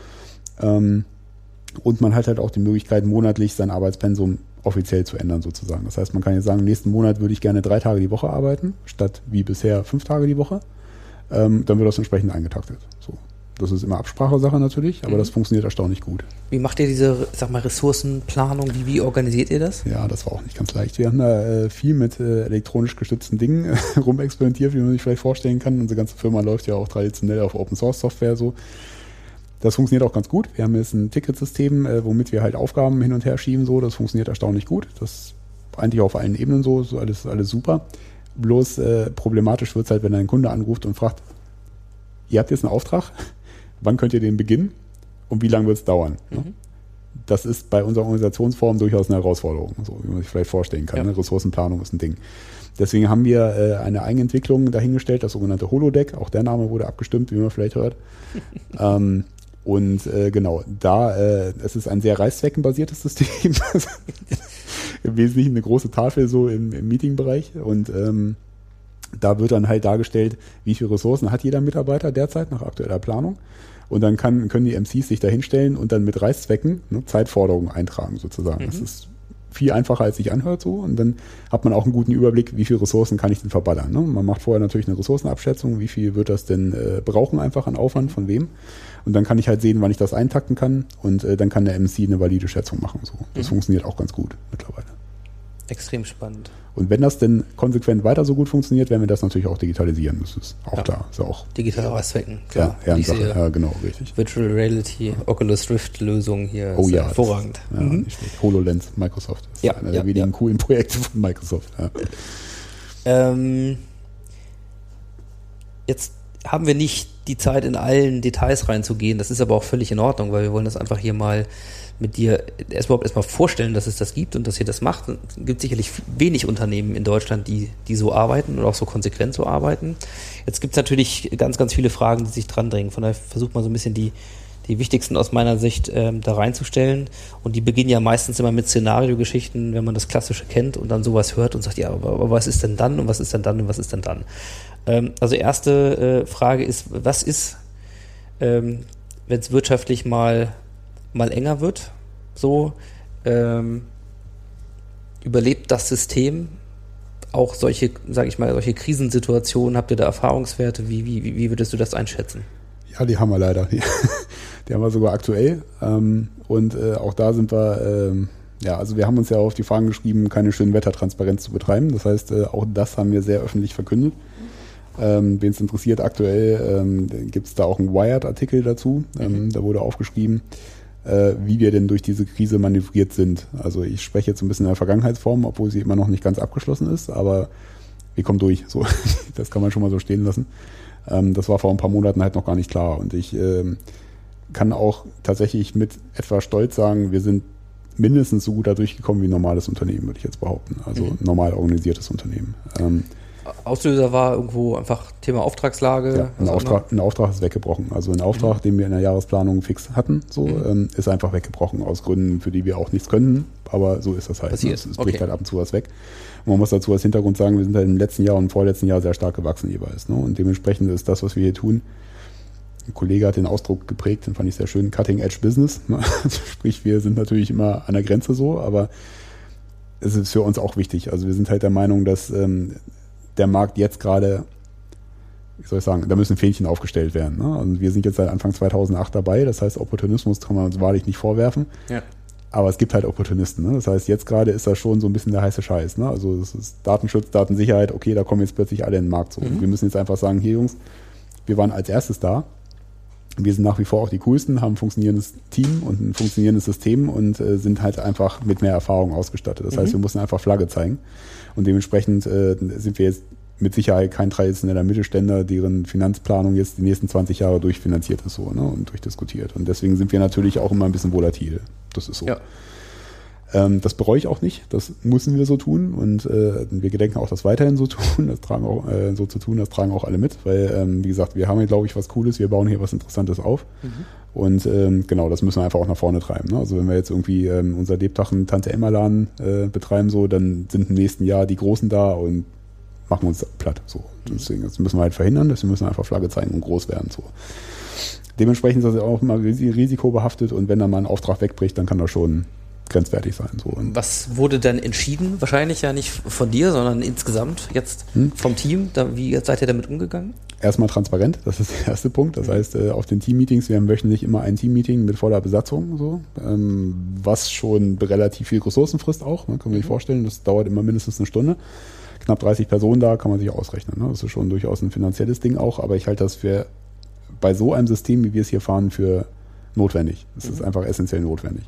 Und man hat halt auch die Möglichkeit, monatlich sein Arbeitspensum offiziell zu ändern sozusagen. Das heißt, man kann jetzt sagen, nächsten Monat würde ich gerne 3 Tage die Woche arbeiten, statt wie bisher 5 Tage die Woche. Dann wird das entsprechend eingetaktet. So. Das ist immer Absprachesache natürlich, aber das funktioniert erstaunlich gut. Wie macht ihr diese, Ressourcenplanung? Wie organisiert ihr das? Ja, das war auch nicht ganz leicht. Wir haben da viel mit elektronisch gestützten Dingen rumexperimentiert, wie man sich vielleicht vorstellen kann. Unsere ganze Firma läuft ja auch traditionell auf Open-Source-Software so. Das funktioniert auch ganz gut. Wir haben jetzt ein Ticketsystem, womit wir halt Aufgaben hin und her schieben. So, das funktioniert erstaunlich gut. Das ist eigentlich auf allen Ebenen so alles super. Bloß problematisch wird es halt, wenn ein Kunde anruft und fragt, ihr habt jetzt einen Auftrag, wann könnt ihr den beginnen und wie lange wird es dauern? Das ist bei unserer Organisationsform durchaus eine Herausforderung, so wie man sich vielleicht vorstellen kann. Ja. Ressourcenplanung ist ein Ding. Deswegen haben wir eine Eigenentwicklung dahingestellt, das sogenannte Holodeck. Auch der Name wurde abgestimmt, wie man vielleicht hört. Es ist ein sehr reißzweckenbasiertes System. Im Wesentlichen eine große Tafel so im Meetingbereich und da wird dann halt dargestellt, wie viele Ressourcen hat jeder Mitarbeiter derzeit nach aktueller Planung und dann können die MCs sich da hinstellen und dann mit Reißzwecken Zeitforderungen eintragen sozusagen. Das ist viel einfacher, als sich anhört so und dann hat man auch einen guten Überblick, wie viele Ressourcen kann ich denn verballern. Ne? Man macht vorher natürlich eine Ressourcenabschätzung, wie viel wird das denn brauchen einfach an Aufwand, von wem und dann kann ich halt sehen, wann ich das eintakten kann und dann kann der MC eine valide Schätzung machen. So. Das funktioniert auch ganz gut mittlerweile. Extrem spannend. Und wenn das denn konsequent weiter so gut funktioniert, werden wir das natürlich auch digitalisieren. Das ist auch klar. Ist ja auch digitale Auszwecken, klar. Ehrensache. Ja, genau, richtig. Virtual Reality, Oculus Rift Lösung hier ist hervorragend. Ja, nicht schlecht. HoloLens, Microsoft. Das ist einer der wenigen coolen Projekte von Microsoft. Ja. Jetzt haben wir nicht die Zeit, in allen Details reinzugehen. Das ist aber auch völlig in Ordnung, weil wir wollen das einfach hier mal mit dir erstmal vorstellen, dass es das gibt und dass ihr das macht. Es gibt sicherlich wenig Unternehmen in Deutschland, die so arbeiten und auch so konsequent so arbeiten. Jetzt gibt es natürlich ganz, ganz viele Fragen, die sich dran drängen. Von daher versucht man so ein bisschen die wichtigsten aus meiner Sicht da reinzustellen. Und die beginnen ja meistens immer mit Szenariogeschichten, wenn man das Klassische kennt und dann sowas hört und sagt, ja, aber was ist denn dann und was ist denn dann und was ist denn dann? Also erste Frage ist, was ist, wenn es wirtschaftlich mal enger wird, so überlebt das System auch solche, sage ich mal, solche Krisensituationen? Habt ihr da Erfahrungswerte? Wie würdest du das einschätzen? Ja, die haben wir leider. Die haben wir sogar aktuell. Und auch da sind wir, also wir haben uns ja auf die Fahnen geschrieben, keine Schönwettertransparenz zu betreiben. Das heißt, auch das haben wir sehr öffentlich verkündet. Wen es interessiert, aktuell gibt es da auch einen Wired-Artikel dazu. Da wurde aufgeschrieben, wie wir denn durch diese Krise manövriert sind. Also ich spreche jetzt ein bisschen in der Vergangenheitsform, obwohl sie immer noch nicht ganz abgeschlossen ist, aber wir kommen durch. So, das kann man schon mal so stehen lassen. Das war vor ein paar Monaten halt noch gar nicht klar. Und ich kann auch tatsächlich mit etwas Stolz sagen, wir sind mindestens so gut da durchgekommen wie ein normales Unternehmen, würde ich jetzt behaupten. Also ein normal organisiertes Unternehmen. Auslöser war irgendwo einfach Thema Auftragslage. Ja, ein Auftrag ist weggebrochen. Also ein Auftrag, den wir in der Jahresplanung fix hatten, ist einfach weggebrochen aus Gründen, für die wir auch nichts können. Aber so ist das halt. Es bricht halt ab und zu was weg. Und man muss dazu als Hintergrund sagen, wir sind halt im letzten Jahr und im vorletzten Jahr sehr stark gewachsen jeweils. Ne? Und dementsprechend ist das, was wir hier tun, ein Kollege hat den Ausdruck geprägt, den fand ich sehr schön, Cutting Edge Business. Ne? Also sprich, wir sind natürlich immer an der Grenze so, aber es ist für uns auch wichtig. Also wir sind halt der Meinung, dass der Markt jetzt gerade, wie soll ich sagen, da müssen Fähnchen aufgestellt werden. Ne? Und wir sind jetzt seit Anfang 2008 dabei, das heißt, Opportunismus kann man uns wahrlich nicht vorwerfen. Ja. Aber es gibt halt Opportunisten. Ne? Das heißt, jetzt gerade ist das schon so ein bisschen der heiße Scheiß. Ne? Also es ist Datenschutz, Datensicherheit, okay, da kommen jetzt plötzlich alle in den Markt. So. Wir müssen jetzt einfach sagen, hier Jungs, wir waren als erstes da. Wir sind nach wie vor auch die coolsten, haben ein funktionierendes Team und ein funktionierendes System und sind halt einfach mit mehr Erfahrung ausgestattet. Das heißt, wir mussten einfach Flagge zeigen. Und dementsprechend sind wir jetzt mit Sicherheit kein traditioneller Mittelständler, deren Finanzplanung jetzt die nächsten 20 Jahre durchfinanziert ist so, ne, und durchdiskutiert. Und deswegen sind wir natürlich auch immer ein bisschen volatil. Das ist so. Ja. Das bereue ich auch nicht. Das müssen wir so tun. Und wir gedenken auch, das weiterhin so tun. Das tragen auch alle mit. Weil, wie gesagt, wir haben hier, glaube ich, was Cooles. Wir bauen hier was Interessantes auf. Und genau, das müssen wir einfach auch nach vorne treiben. Ne? Also wenn wir jetzt irgendwie unser Lebtachen Tante-Emma-Laden betreiben, so, dann sind im nächsten Jahr die Großen da und machen uns platt. So. Deswegen, das müssen wir halt verhindern. Deswegen müssen wir einfach Flagge zeigen und groß werden. So. Dementsprechend ist das auch immer risikobehaftet. Und wenn dann mal ein Auftrag wegbricht, dann kann das schon grenzwertig sein. So. Und was wurde dann entschieden? Wahrscheinlich ja nicht von dir, sondern insgesamt jetzt vom Team. Wie seid ihr damit umgegangen? Erstmal transparent, das ist der erste Punkt. Das heißt, auf den Teammeetings, wir haben wöchentlich immer ein Teammeeting mit voller Besatzung, so, was schon relativ viel Ressourcen frisst auch, ne, kann man sich vorstellen. Das dauert immer mindestens eine Stunde. Knapp 30 Personen da, kann man sich ausrechnen. Ne? Das ist schon durchaus ein finanzielles Ding auch, aber ich halte das für bei so einem System, wie wir es hier fahren, für notwendig. Das ist einfach essentiell notwendig.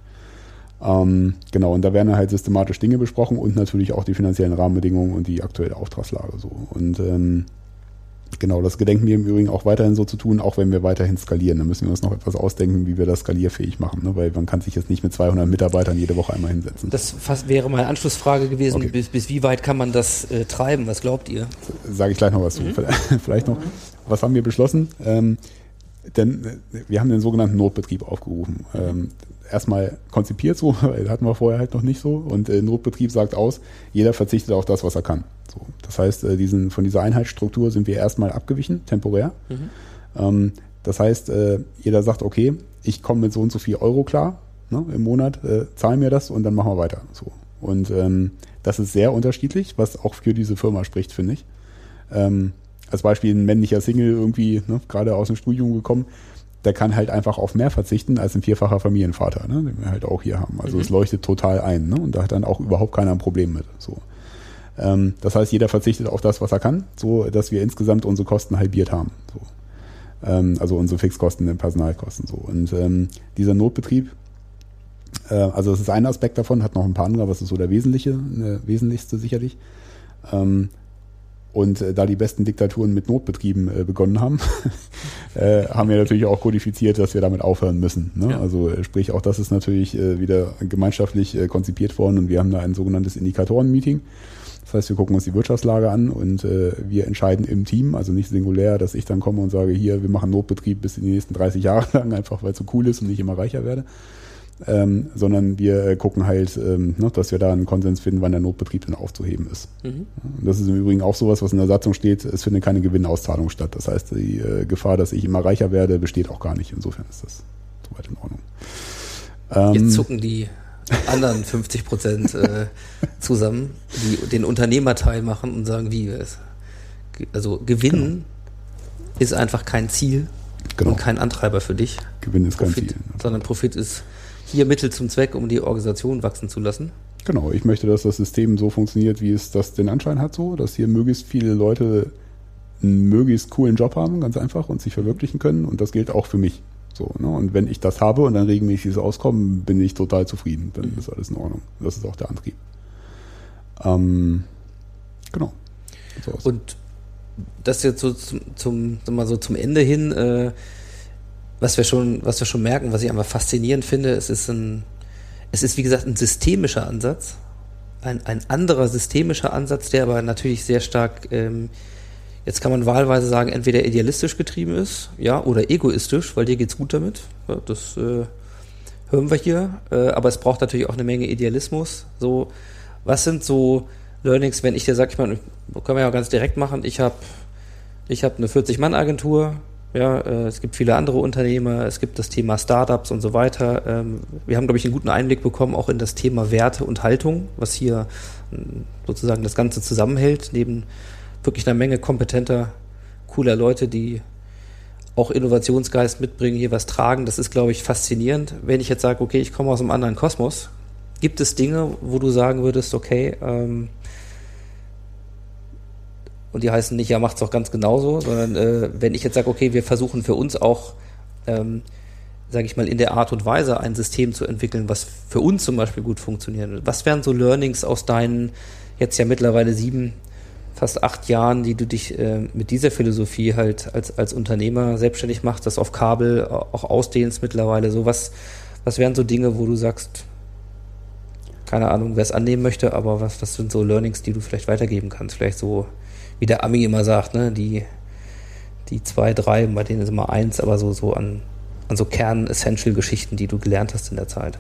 Genau, und da werden halt systematisch Dinge besprochen und natürlich auch die finanziellen Rahmenbedingungen und die aktuelle Auftragslage so. Und genau, das gedenken wir im Übrigen auch weiterhin so zu tun, auch wenn wir weiterhin skalieren. Da müssen wir uns noch etwas ausdenken, wie wir das skalierfähig machen, ne? Weil man kann sich jetzt nicht mit 200 Mitarbeitern jede Woche einmal hinsetzen. Das wäre meine Anschlussfrage gewesen, okay. Bis wie weit kann man das treiben? Was glaubt ihr? Sage ich gleich noch was zu. Vielleicht noch, was haben wir beschlossen? Denn wir haben den sogenannten Notbetrieb aufgerufen. Erstmal konzipiert so, weil hatten wir vorher halt noch nicht so. Und Notbetrieb sagt aus, jeder verzichtet auf das, was er kann. So. Das heißt, von dieser Einheitsstruktur sind wir erstmal abgewichen, temporär. Das heißt, jeder sagt, okay, ich komme mit so und so viel Euro klar, ne, im Monat, zahl mir das und dann machen wir weiter. So. Und das ist sehr unterschiedlich, was auch für diese Firma spricht, finde ich. Als Beispiel ein männlicher Single irgendwie, ne, gerade aus dem Studium gekommen, der kann halt einfach auf mehr verzichten als ein 4-facher Familienvater, ne, den wir halt auch hier haben. Also es leuchtet total ein, ne, und da hat dann auch überhaupt keiner ein Problem mit. So. Das heißt, jeder verzichtet auf das, was er kann, so dass wir insgesamt unsere Kosten halbiert haben. So. Also unsere Fixkosten, Personalkosten. So. Und dieser Notbetrieb, also das ist ein Aspekt davon, hat noch ein paar andere, aber es ist so der wesentlichste sicherlich. Und da die besten Diktaturen mit Notbetrieben begonnen haben, haben wir natürlich auch kodifiziert, dass wir damit aufhören müssen. Ne? Ja. Also sprich, auch das ist natürlich wieder gemeinschaftlich konzipiert worden und wir haben da ein sogenanntes Indikatoren-Meeting. Das heißt, wir gucken uns die Wirtschaftslage an und wir entscheiden im Team, also nicht singulär, dass ich dann komme und sage, hier, wir machen Notbetrieb bis in die nächsten 30 Jahre lang, einfach weil es so cool ist und ich immer reicher werde. Sondern wir gucken halt, dass wir da einen Konsens finden, wann der Notbetrieb denn aufzuheben ist. Und das ist im Übrigen auch sowas, was in der Satzung steht, es findet keine Gewinnauszahlung statt. Das heißt, die Gefahr, dass ich immer reicher werde, besteht auch gar nicht. Insofern ist das soweit in Ordnung. Jetzt zucken die anderen 50% zusammen, die den Unternehmerteil machen und sagen, wie es. Also Gewinn ist einfach kein Ziel und kein Antreiber für dich. Gewinn ist kein Ziel. Sondern Profit ist hier Mittel zum Zweck, um die Organisation wachsen zu lassen. Genau, ich möchte, dass das System so funktioniert, wie es das den Anschein hat, so, dass hier möglichst viele Leute einen möglichst coolen Job haben, ganz einfach, und sich verwirklichen können. Und das gilt auch für mich. So, ne? Und wenn ich das habe und dann regelmäßig so auskomme, bin ich total zufrieden. Dann ist alles in Ordnung. Das ist auch der Antrieb. Genau. Und das jetzt so zum Ende hin, was wir schon merken, was ich einfach faszinierend finde, es ist wie gesagt ein systemischer Ansatz, ein anderer systemischer Ansatz, der aber natürlich sehr stark, jetzt kann man wahlweise sagen, entweder idealistisch getrieben ist, ja, oder egoistisch, weil dir geht's gut damit. Ja, das hören wir hier, aber es braucht natürlich auch eine Menge Idealismus. So, was sind so Learnings, wenn ich dir sage, können wir ja ganz direkt machen, ich habe eine 40-Mann-Agentur, ja, es gibt viele andere Unternehmer, es gibt das Thema Startups und so weiter. Wir haben, glaube ich, einen guten Einblick bekommen, auch in das Thema Werte und Haltung, was hier sozusagen das Ganze zusammenhält, neben wirklich einer Menge kompetenter, cooler Leute, die auch Innovationsgeist mitbringen, hier was tragen. Das ist, glaube ich, faszinierend. Wenn ich jetzt sage, okay, ich komme aus einem anderen Kosmos, gibt es Dinge, wo du sagen würdest, okay, und die heißen nicht, ja, macht's doch ganz genauso, sondern wenn ich jetzt sage, okay, wir versuchen für uns auch, sage ich mal, in der Art und Weise ein System zu entwickeln, was für uns zum Beispiel gut funktioniert. Was wären so Learnings aus deinen jetzt ja mittlerweile 7, fast 8 Jahren, die du dich mit dieser Philosophie halt als Unternehmer selbstständig machst, das auf Kabel auch ausdehnst mittlerweile? So was wären so Dinge, wo du sagst, keine Ahnung, wer es annehmen möchte, aber was sind so Learnings, die du vielleicht weitergeben kannst? Vielleicht so, wie der Ami immer sagt, ne, die 2, 3, bei denen ist immer 1, aber so an so Kern-Essential-Geschichten, die du gelernt hast in der Zeit.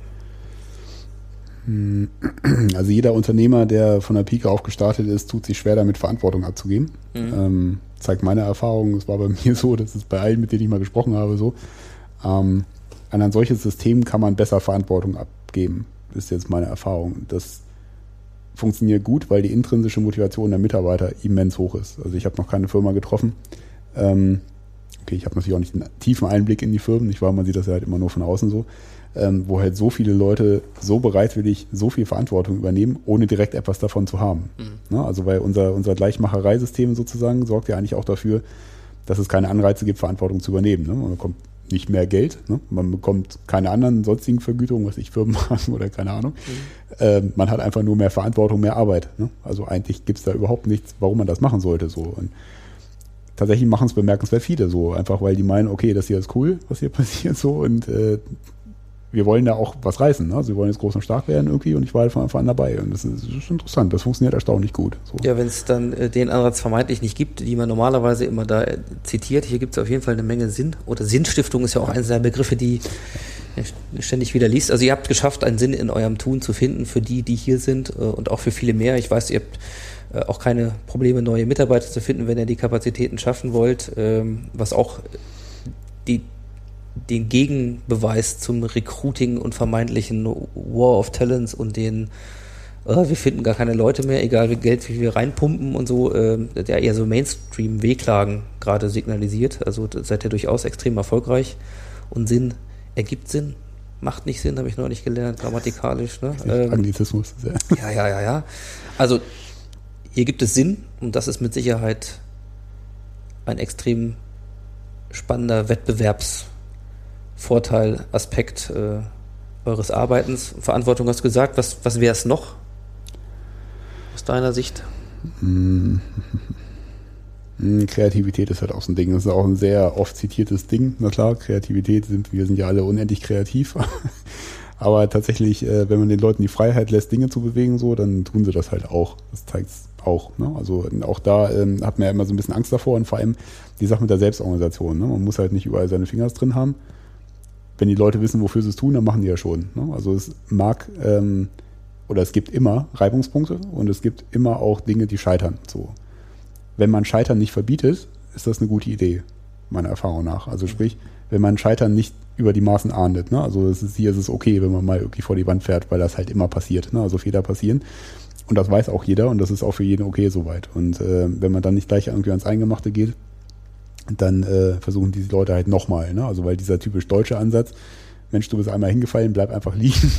Also jeder Unternehmer, der von der Pike auf gestartet ist, tut sich schwer damit, Verantwortung abzugeben. Zeigt meine Erfahrung, es war bei mir so, das ist bei allen, mit denen ich mal gesprochen habe, so. An ein solches System kann man besser Verantwortung abgeben, ist jetzt meine Erfahrung. Das funktioniert gut, weil die intrinsische Motivation der Mitarbeiter immens hoch ist. Also ich habe noch keine Firma getroffen. Okay, ich habe natürlich auch nicht einen tiefen Einblick in die Firmen, nicht wahr? Man sieht das ja halt immer nur von außen so, wo halt so viele Leute so bereitwillig so viel Verantwortung übernehmen, ohne direkt etwas davon zu haben. Ne? Also weil unser Gleichmachereisystem sozusagen sorgt ja eigentlich auch dafür, dass es keine Anreize gibt, Verantwortung zu übernehmen. Ne? Man bekommt nicht mehr Geld, ne? Man bekommt keine anderen sonstigen Vergütungen, was ich Firmen machen oder keine Ahnung. Man hat einfach nur mehr Verantwortung, mehr Arbeit. Ne? Also eigentlich gibt es da überhaupt nichts, warum man das machen sollte. So. Und tatsächlich machen es bemerkenswert viele so, einfach weil die meinen, okay, das hier ist cool, was hier passiert so und wir wollen da auch was reißen. Ne? Also wir wollen jetzt groß und stark werden irgendwie und ich war halt von Anfang an dabei und das ist interessant, das funktioniert erstaunlich gut. So. Ja, wenn es dann den Ansatz vermeintlich nicht gibt, die man normalerweise immer da zitiert, hier gibt es auf jeden Fall eine Menge Sinn oder Sinnstiftung ist ja auch eines der Begriffe, die ständig wieder liest. Also ihr habt geschafft, einen Sinn in eurem Tun zu finden für die hier sind und auch für viele mehr. Ich weiß, ihr habt auch keine Probleme, neue Mitarbeiter zu finden, wenn ihr die Kapazitäten schaffen wollt, was auch den Gegenbeweis zum Recruiting und vermeintlichen War of Talents und den wir finden gar keine Leute mehr, egal wie Geld wie wir reinpumpen und so, der eher so Mainstream-Wehklagen gerade signalisiert. Also seid ihr durchaus extrem erfolgreich Und Sinn ergibt Sinn, macht nicht Sinn, habe ich neulich gelernt, grammatikalisch. Ne? Anglizismus. Ja. Also hier gibt es Sinn und das ist mit Sicherheit ein extrem spannender Wettbewerbsvorteil, Aspekt eures Arbeitens. Verantwortung hast du gesagt. Was wäre es noch aus deiner Sicht? Kreativität ist halt auch so ein Ding. Das ist auch ein sehr oft zitiertes Ding. Na klar, Kreativität, wir sind ja alle unendlich kreativ. Aber tatsächlich, wenn man den Leuten die Freiheit lässt, Dinge zu bewegen, so, dann tun sie das halt auch. Das zeigt es auch. Ne? Also auch da hat man ja immer so ein bisschen Angst davor und vor allem die Sache mit der Selbstorganisation. Ne? Man muss halt nicht überall seine Finger drin haben. Wenn die Leute wissen, wofür sie es tun, dann machen die ja schon. Ne? Also es mag oder es gibt immer Reibungspunkte und es gibt immer auch Dinge, die scheitern. So. Wenn man Scheitern nicht verbietet, ist das eine gute Idee, meiner Erfahrung nach. Also sprich, wenn man Scheitern nicht über die Maßen ahndet. Ne? Also hier ist es okay, wenn man mal irgendwie vor die Wand fährt, weil das halt immer passiert. Ne? Also Fehler passieren. Und das weiß auch jeder und das ist auch für jeden okay soweit. Und wenn man dann nicht gleich irgendwie ans Eingemachte geht, dann versuchen diese Leute halt nochmal. Ne? Also weil dieser typisch deutsche Ansatz, Mensch, du bist einmal hingefallen, bleib einfach liegen.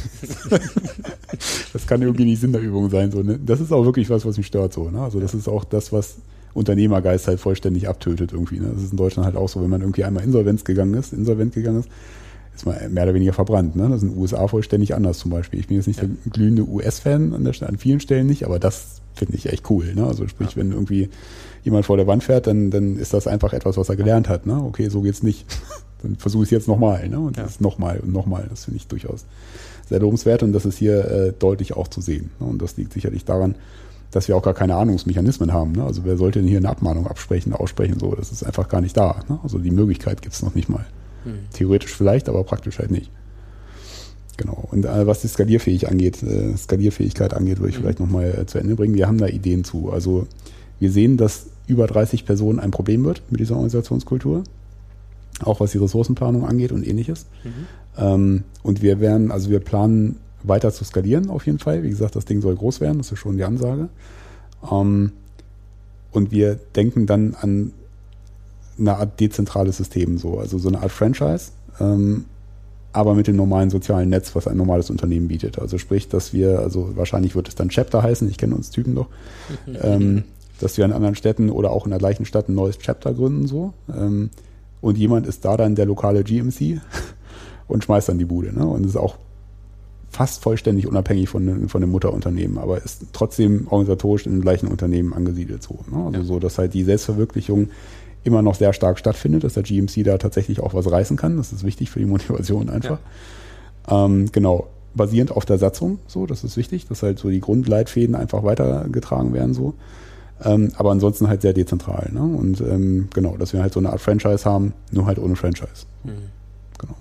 Das kann irgendwie nicht Sinn der Übung sein. So, ne? Das ist auch wirklich was mich stört. So, ne? Also das ist auch das, was Unternehmergeist halt vollständig abtötet irgendwie. Ne? Das ist in Deutschland halt auch so, wenn man irgendwie einmal insolvent gegangen ist, ist man mehr oder weniger verbrannt. Ne? Das ist in den USA vollständig anders zum Beispiel. Ich bin jetzt nicht der glühende US-Fan an vielen Stellen nicht, aber das finde ich echt cool. Ne? Also sprich, wenn irgendwie jemand vor der Wand fährt, dann ist das einfach etwas, was er gelernt hat. Ne? Okay, so geht's nicht. Dann versuche ich es jetzt nochmal. Ne? Und das ist nochmal und nochmal. Das finde ich durchaus sehr lobenswert und das ist hier deutlich auch zu sehen. Ne? Und das liegt sicherlich daran, dass wir auch gar keine Ahnungsmechanismen haben. Ne? Also wer sollte denn hier eine Abmahnung aussprechen? So, das ist einfach gar nicht da. Ne? Also die Möglichkeit gibt es noch nicht mal. Theoretisch vielleicht, aber praktisch halt nicht. Genau. Und was die Skalierfähigkeit angeht, würde ich vielleicht nochmal zu Ende bringen. Wir haben da Ideen zu. Also wir sehen, dass über 30 Personen ein Problem wird mit dieser Organisationskultur. Auch was die Ressourcenplanung angeht und ähnliches. Und wir planen weiter zu skalieren auf jeden Fall. Wie gesagt, das Ding soll groß werden, das ist schon die Ansage. Und wir denken dann an eine Art dezentrales System, also so eine Art Franchise, aber mit dem normalen sozialen Netz, was ein normales Unternehmen bietet. Also sprich, dass wir, also wahrscheinlich wird es dann Chapter heißen, ich kenne uns Typen doch, dass wir in anderen Städten oder auch in der gleichen Stadt ein neues Chapter gründen, so. Und jemand ist da dann der lokale GMC und schmeißt dann die Bude, ne? Und ist auch fast vollständig unabhängig von dem Mutterunternehmen, aber ist trotzdem organisatorisch in dem gleichen Unternehmen angesiedelt, so, ne? Also so, dass halt die Selbstverwirklichung immer noch sehr stark stattfindet, dass der GMC da tatsächlich auch was reißen kann. Das ist wichtig für die Motivation einfach. Ja. Genau, basierend auf der Satzung, so, das ist wichtig, dass halt so die Grundleitfäden einfach weitergetragen werden, so. Aber ansonsten halt sehr dezentral, ne? Und genau, dass wir halt so eine Art Franchise haben, nur halt ohne Franchise. Genau.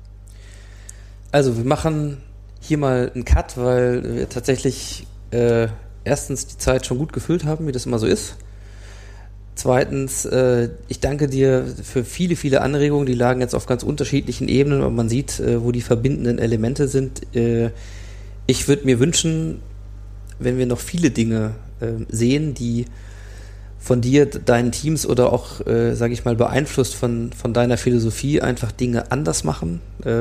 Also wir machen hier mal einen Cut, weil wir tatsächlich erstens die Zeit schon gut gefüllt haben, wie das immer so ist. Zweitens, ich danke dir für viele, viele Anregungen, die lagen jetzt auf ganz unterschiedlichen Ebenen, aber man sieht, wo die verbindenden Elemente sind. Ich würde mir wünschen, wenn wir noch viele Dinge sehen, die von dir, deinen Teams oder auch, sage ich mal, beeinflusst von deiner Philosophie einfach Dinge anders machen,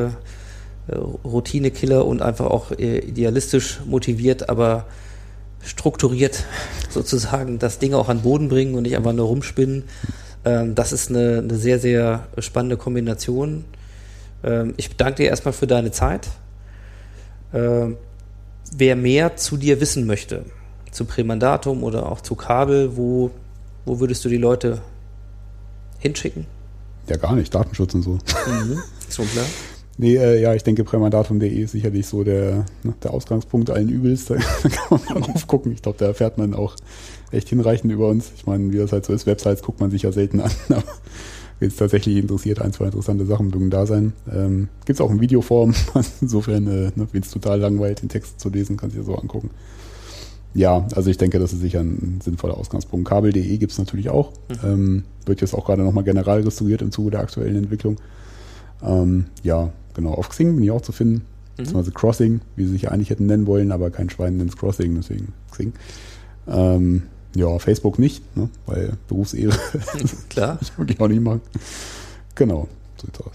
Routinekiller und einfach auch idealistisch motiviert, aber strukturiert sozusagen das Ding auch an den Boden bringen und nicht einfach nur rumspinnen. Das ist eine sehr, sehr spannende Kombination. Ich bedanke dir erstmal für deine Zeit. Wer mehr zu dir wissen möchte, zu Prämandatum oder auch zu Kabel, wo würdest du die Leute hinschicken? Ja, gar nicht. Datenschutz und so. So klar. Nee, ja, ich denke, prämandatum.de ist sicherlich so der Ausgangspunkt allen Übels. Da kann man mal aufgucken. Ich glaube, da erfährt man auch echt hinreichend über uns. Ich meine, wie das halt so ist, Websites guckt man sich ja selten an. Aber wenn es tatsächlich interessiert, 1, 2 interessante Sachen mögen da sein. Gibt es auch in Videoform. Insofern, wenn es total langweilt, den Text zu lesen, kannst du dir so angucken. Ja, also ich denke, das ist sicher ein sinnvoller Ausgangspunkt. Kabel.de gibt es natürlich auch. Wird jetzt auch gerade nochmal general restauriert im Zuge der aktuellen Entwicklung. Ja, genau. Auf Xing bin ich auch zu finden. Beziehungsweise Crossing, wie sie sich eigentlich hätten nennen wollen, aber kein Schwein nennt es Crossing, deswegen Xing. Ja, Facebook nicht, ne? Weil Berufsehre. Klar. Ich wirklich auch nicht machen. Genau, so sieht's aus.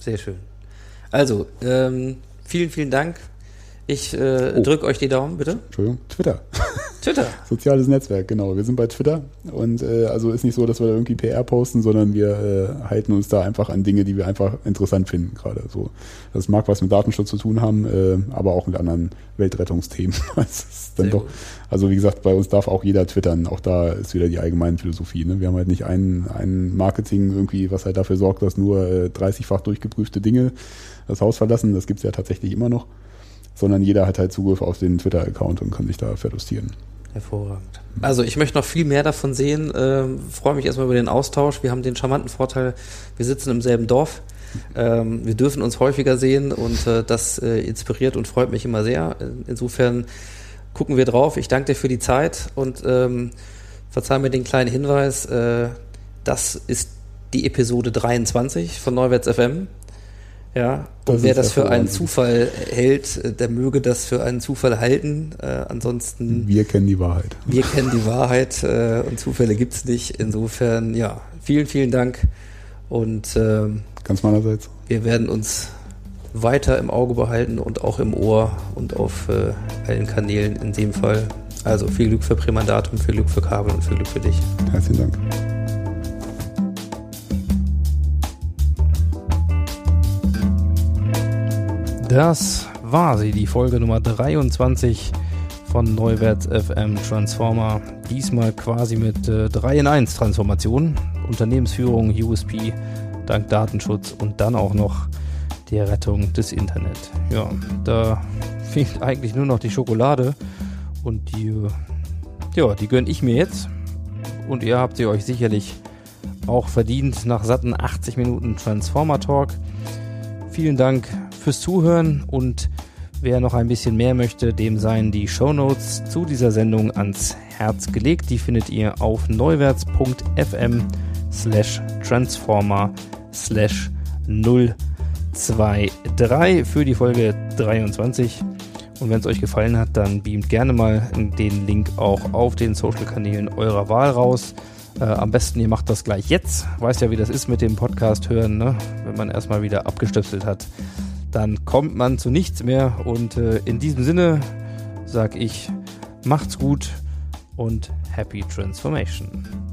Sehr schön. Also, vielen, vielen Dank. Ich drücke euch die Daumen, bitte. Entschuldigung, Twitter. Twitter. Soziales Netzwerk, genau. Wir sind bei Twitter und also ist nicht so, dass wir da irgendwie PR posten, sondern wir halten uns da einfach an Dinge, die wir einfach interessant finden gerade. So, das mag was mit Datenschutz zu tun haben, aber auch mit anderen Weltrettungsthemen. Das ist dann doch, also wie gesagt, bei uns darf auch jeder twittern. Auch da ist wieder die allgemeine Philosophie. Ne? Wir haben halt nicht ein Marketing irgendwie, was halt dafür sorgt, dass nur 30-fach durchgeprüfte Dinge das Haus verlassen. Das gibt's ja tatsächlich immer noch. Sondern jeder hat halt Zugriff auf den Twitter-Account und kann sich da verlustieren. Hervorragend. Also ich möchte noch viel mehr davon sehen. Freue mich erstmal über den Austausch. Wir haben den charmanten Vorteil, wir sitzen im selben Dorf. Wir dürfen uns häufiger sehen und das inspiriert und freut mich immer sehr. Insofern gucken wir drauf. Ich danke dir für die Zeit und verzeih mir den kleinen Hinweis. Das ist die Episode 23 von Neuwärts FM. Ja, und wer das für einen Zufall hält, der möge das für einen Zufall halten. Ansonsten. Wir kennen die Wahrheit. Wir kennen die Wahrheit und Zufälle gibt's nicht. Insofern, ja, vielen, vielen Dank. Und ganz meinerseits. Wir werden uns weiter im Auge behalten und auch im Ohr und auf allen Kanälen in dem Fall. Also viel Glück für Prämandatum, viel Glück für Kabel und viel Glück für dich. Herzlichen Dank. Das war sie, die Folge Nummer 23 von Neuwärts FM Transformer. Diesmal quasi mit 3 in 1 Transformationen. Unternehmensführung, USP, dank Datenschutz und dann auch noch der Rettung des Internet. Ja, da fehlt eigentlich nur noch die Schokolade und die gönne ich mir jetzt. Und ihr habt sie euch sicherlich auch verdient nach satten 80 Minuten Transformer Talk. Vielen Dank fürs Zuhören und wer noch ein bisschen mehr möchte, dem seien die Shownotes zu dieser Sendung ans Herz gelegt. Die findet ihr auf neuwärts.fm/transformer/023 für die Folge 23. Und wenn es euch gefallen hat, dann beamt gerne mal den Link auch auf den Social-Kanälen eurer Wahl raus. Am besten, ihr macht das gleich jetzt. Weißt ja, wie das ist mit dem Podcast hören, ne? Wenn man erstmal wieder abgestöpselt hat. Dann kommt man zu nichts mehr und in diesem Sinne sage ich, macht's gut und Happy Transformation.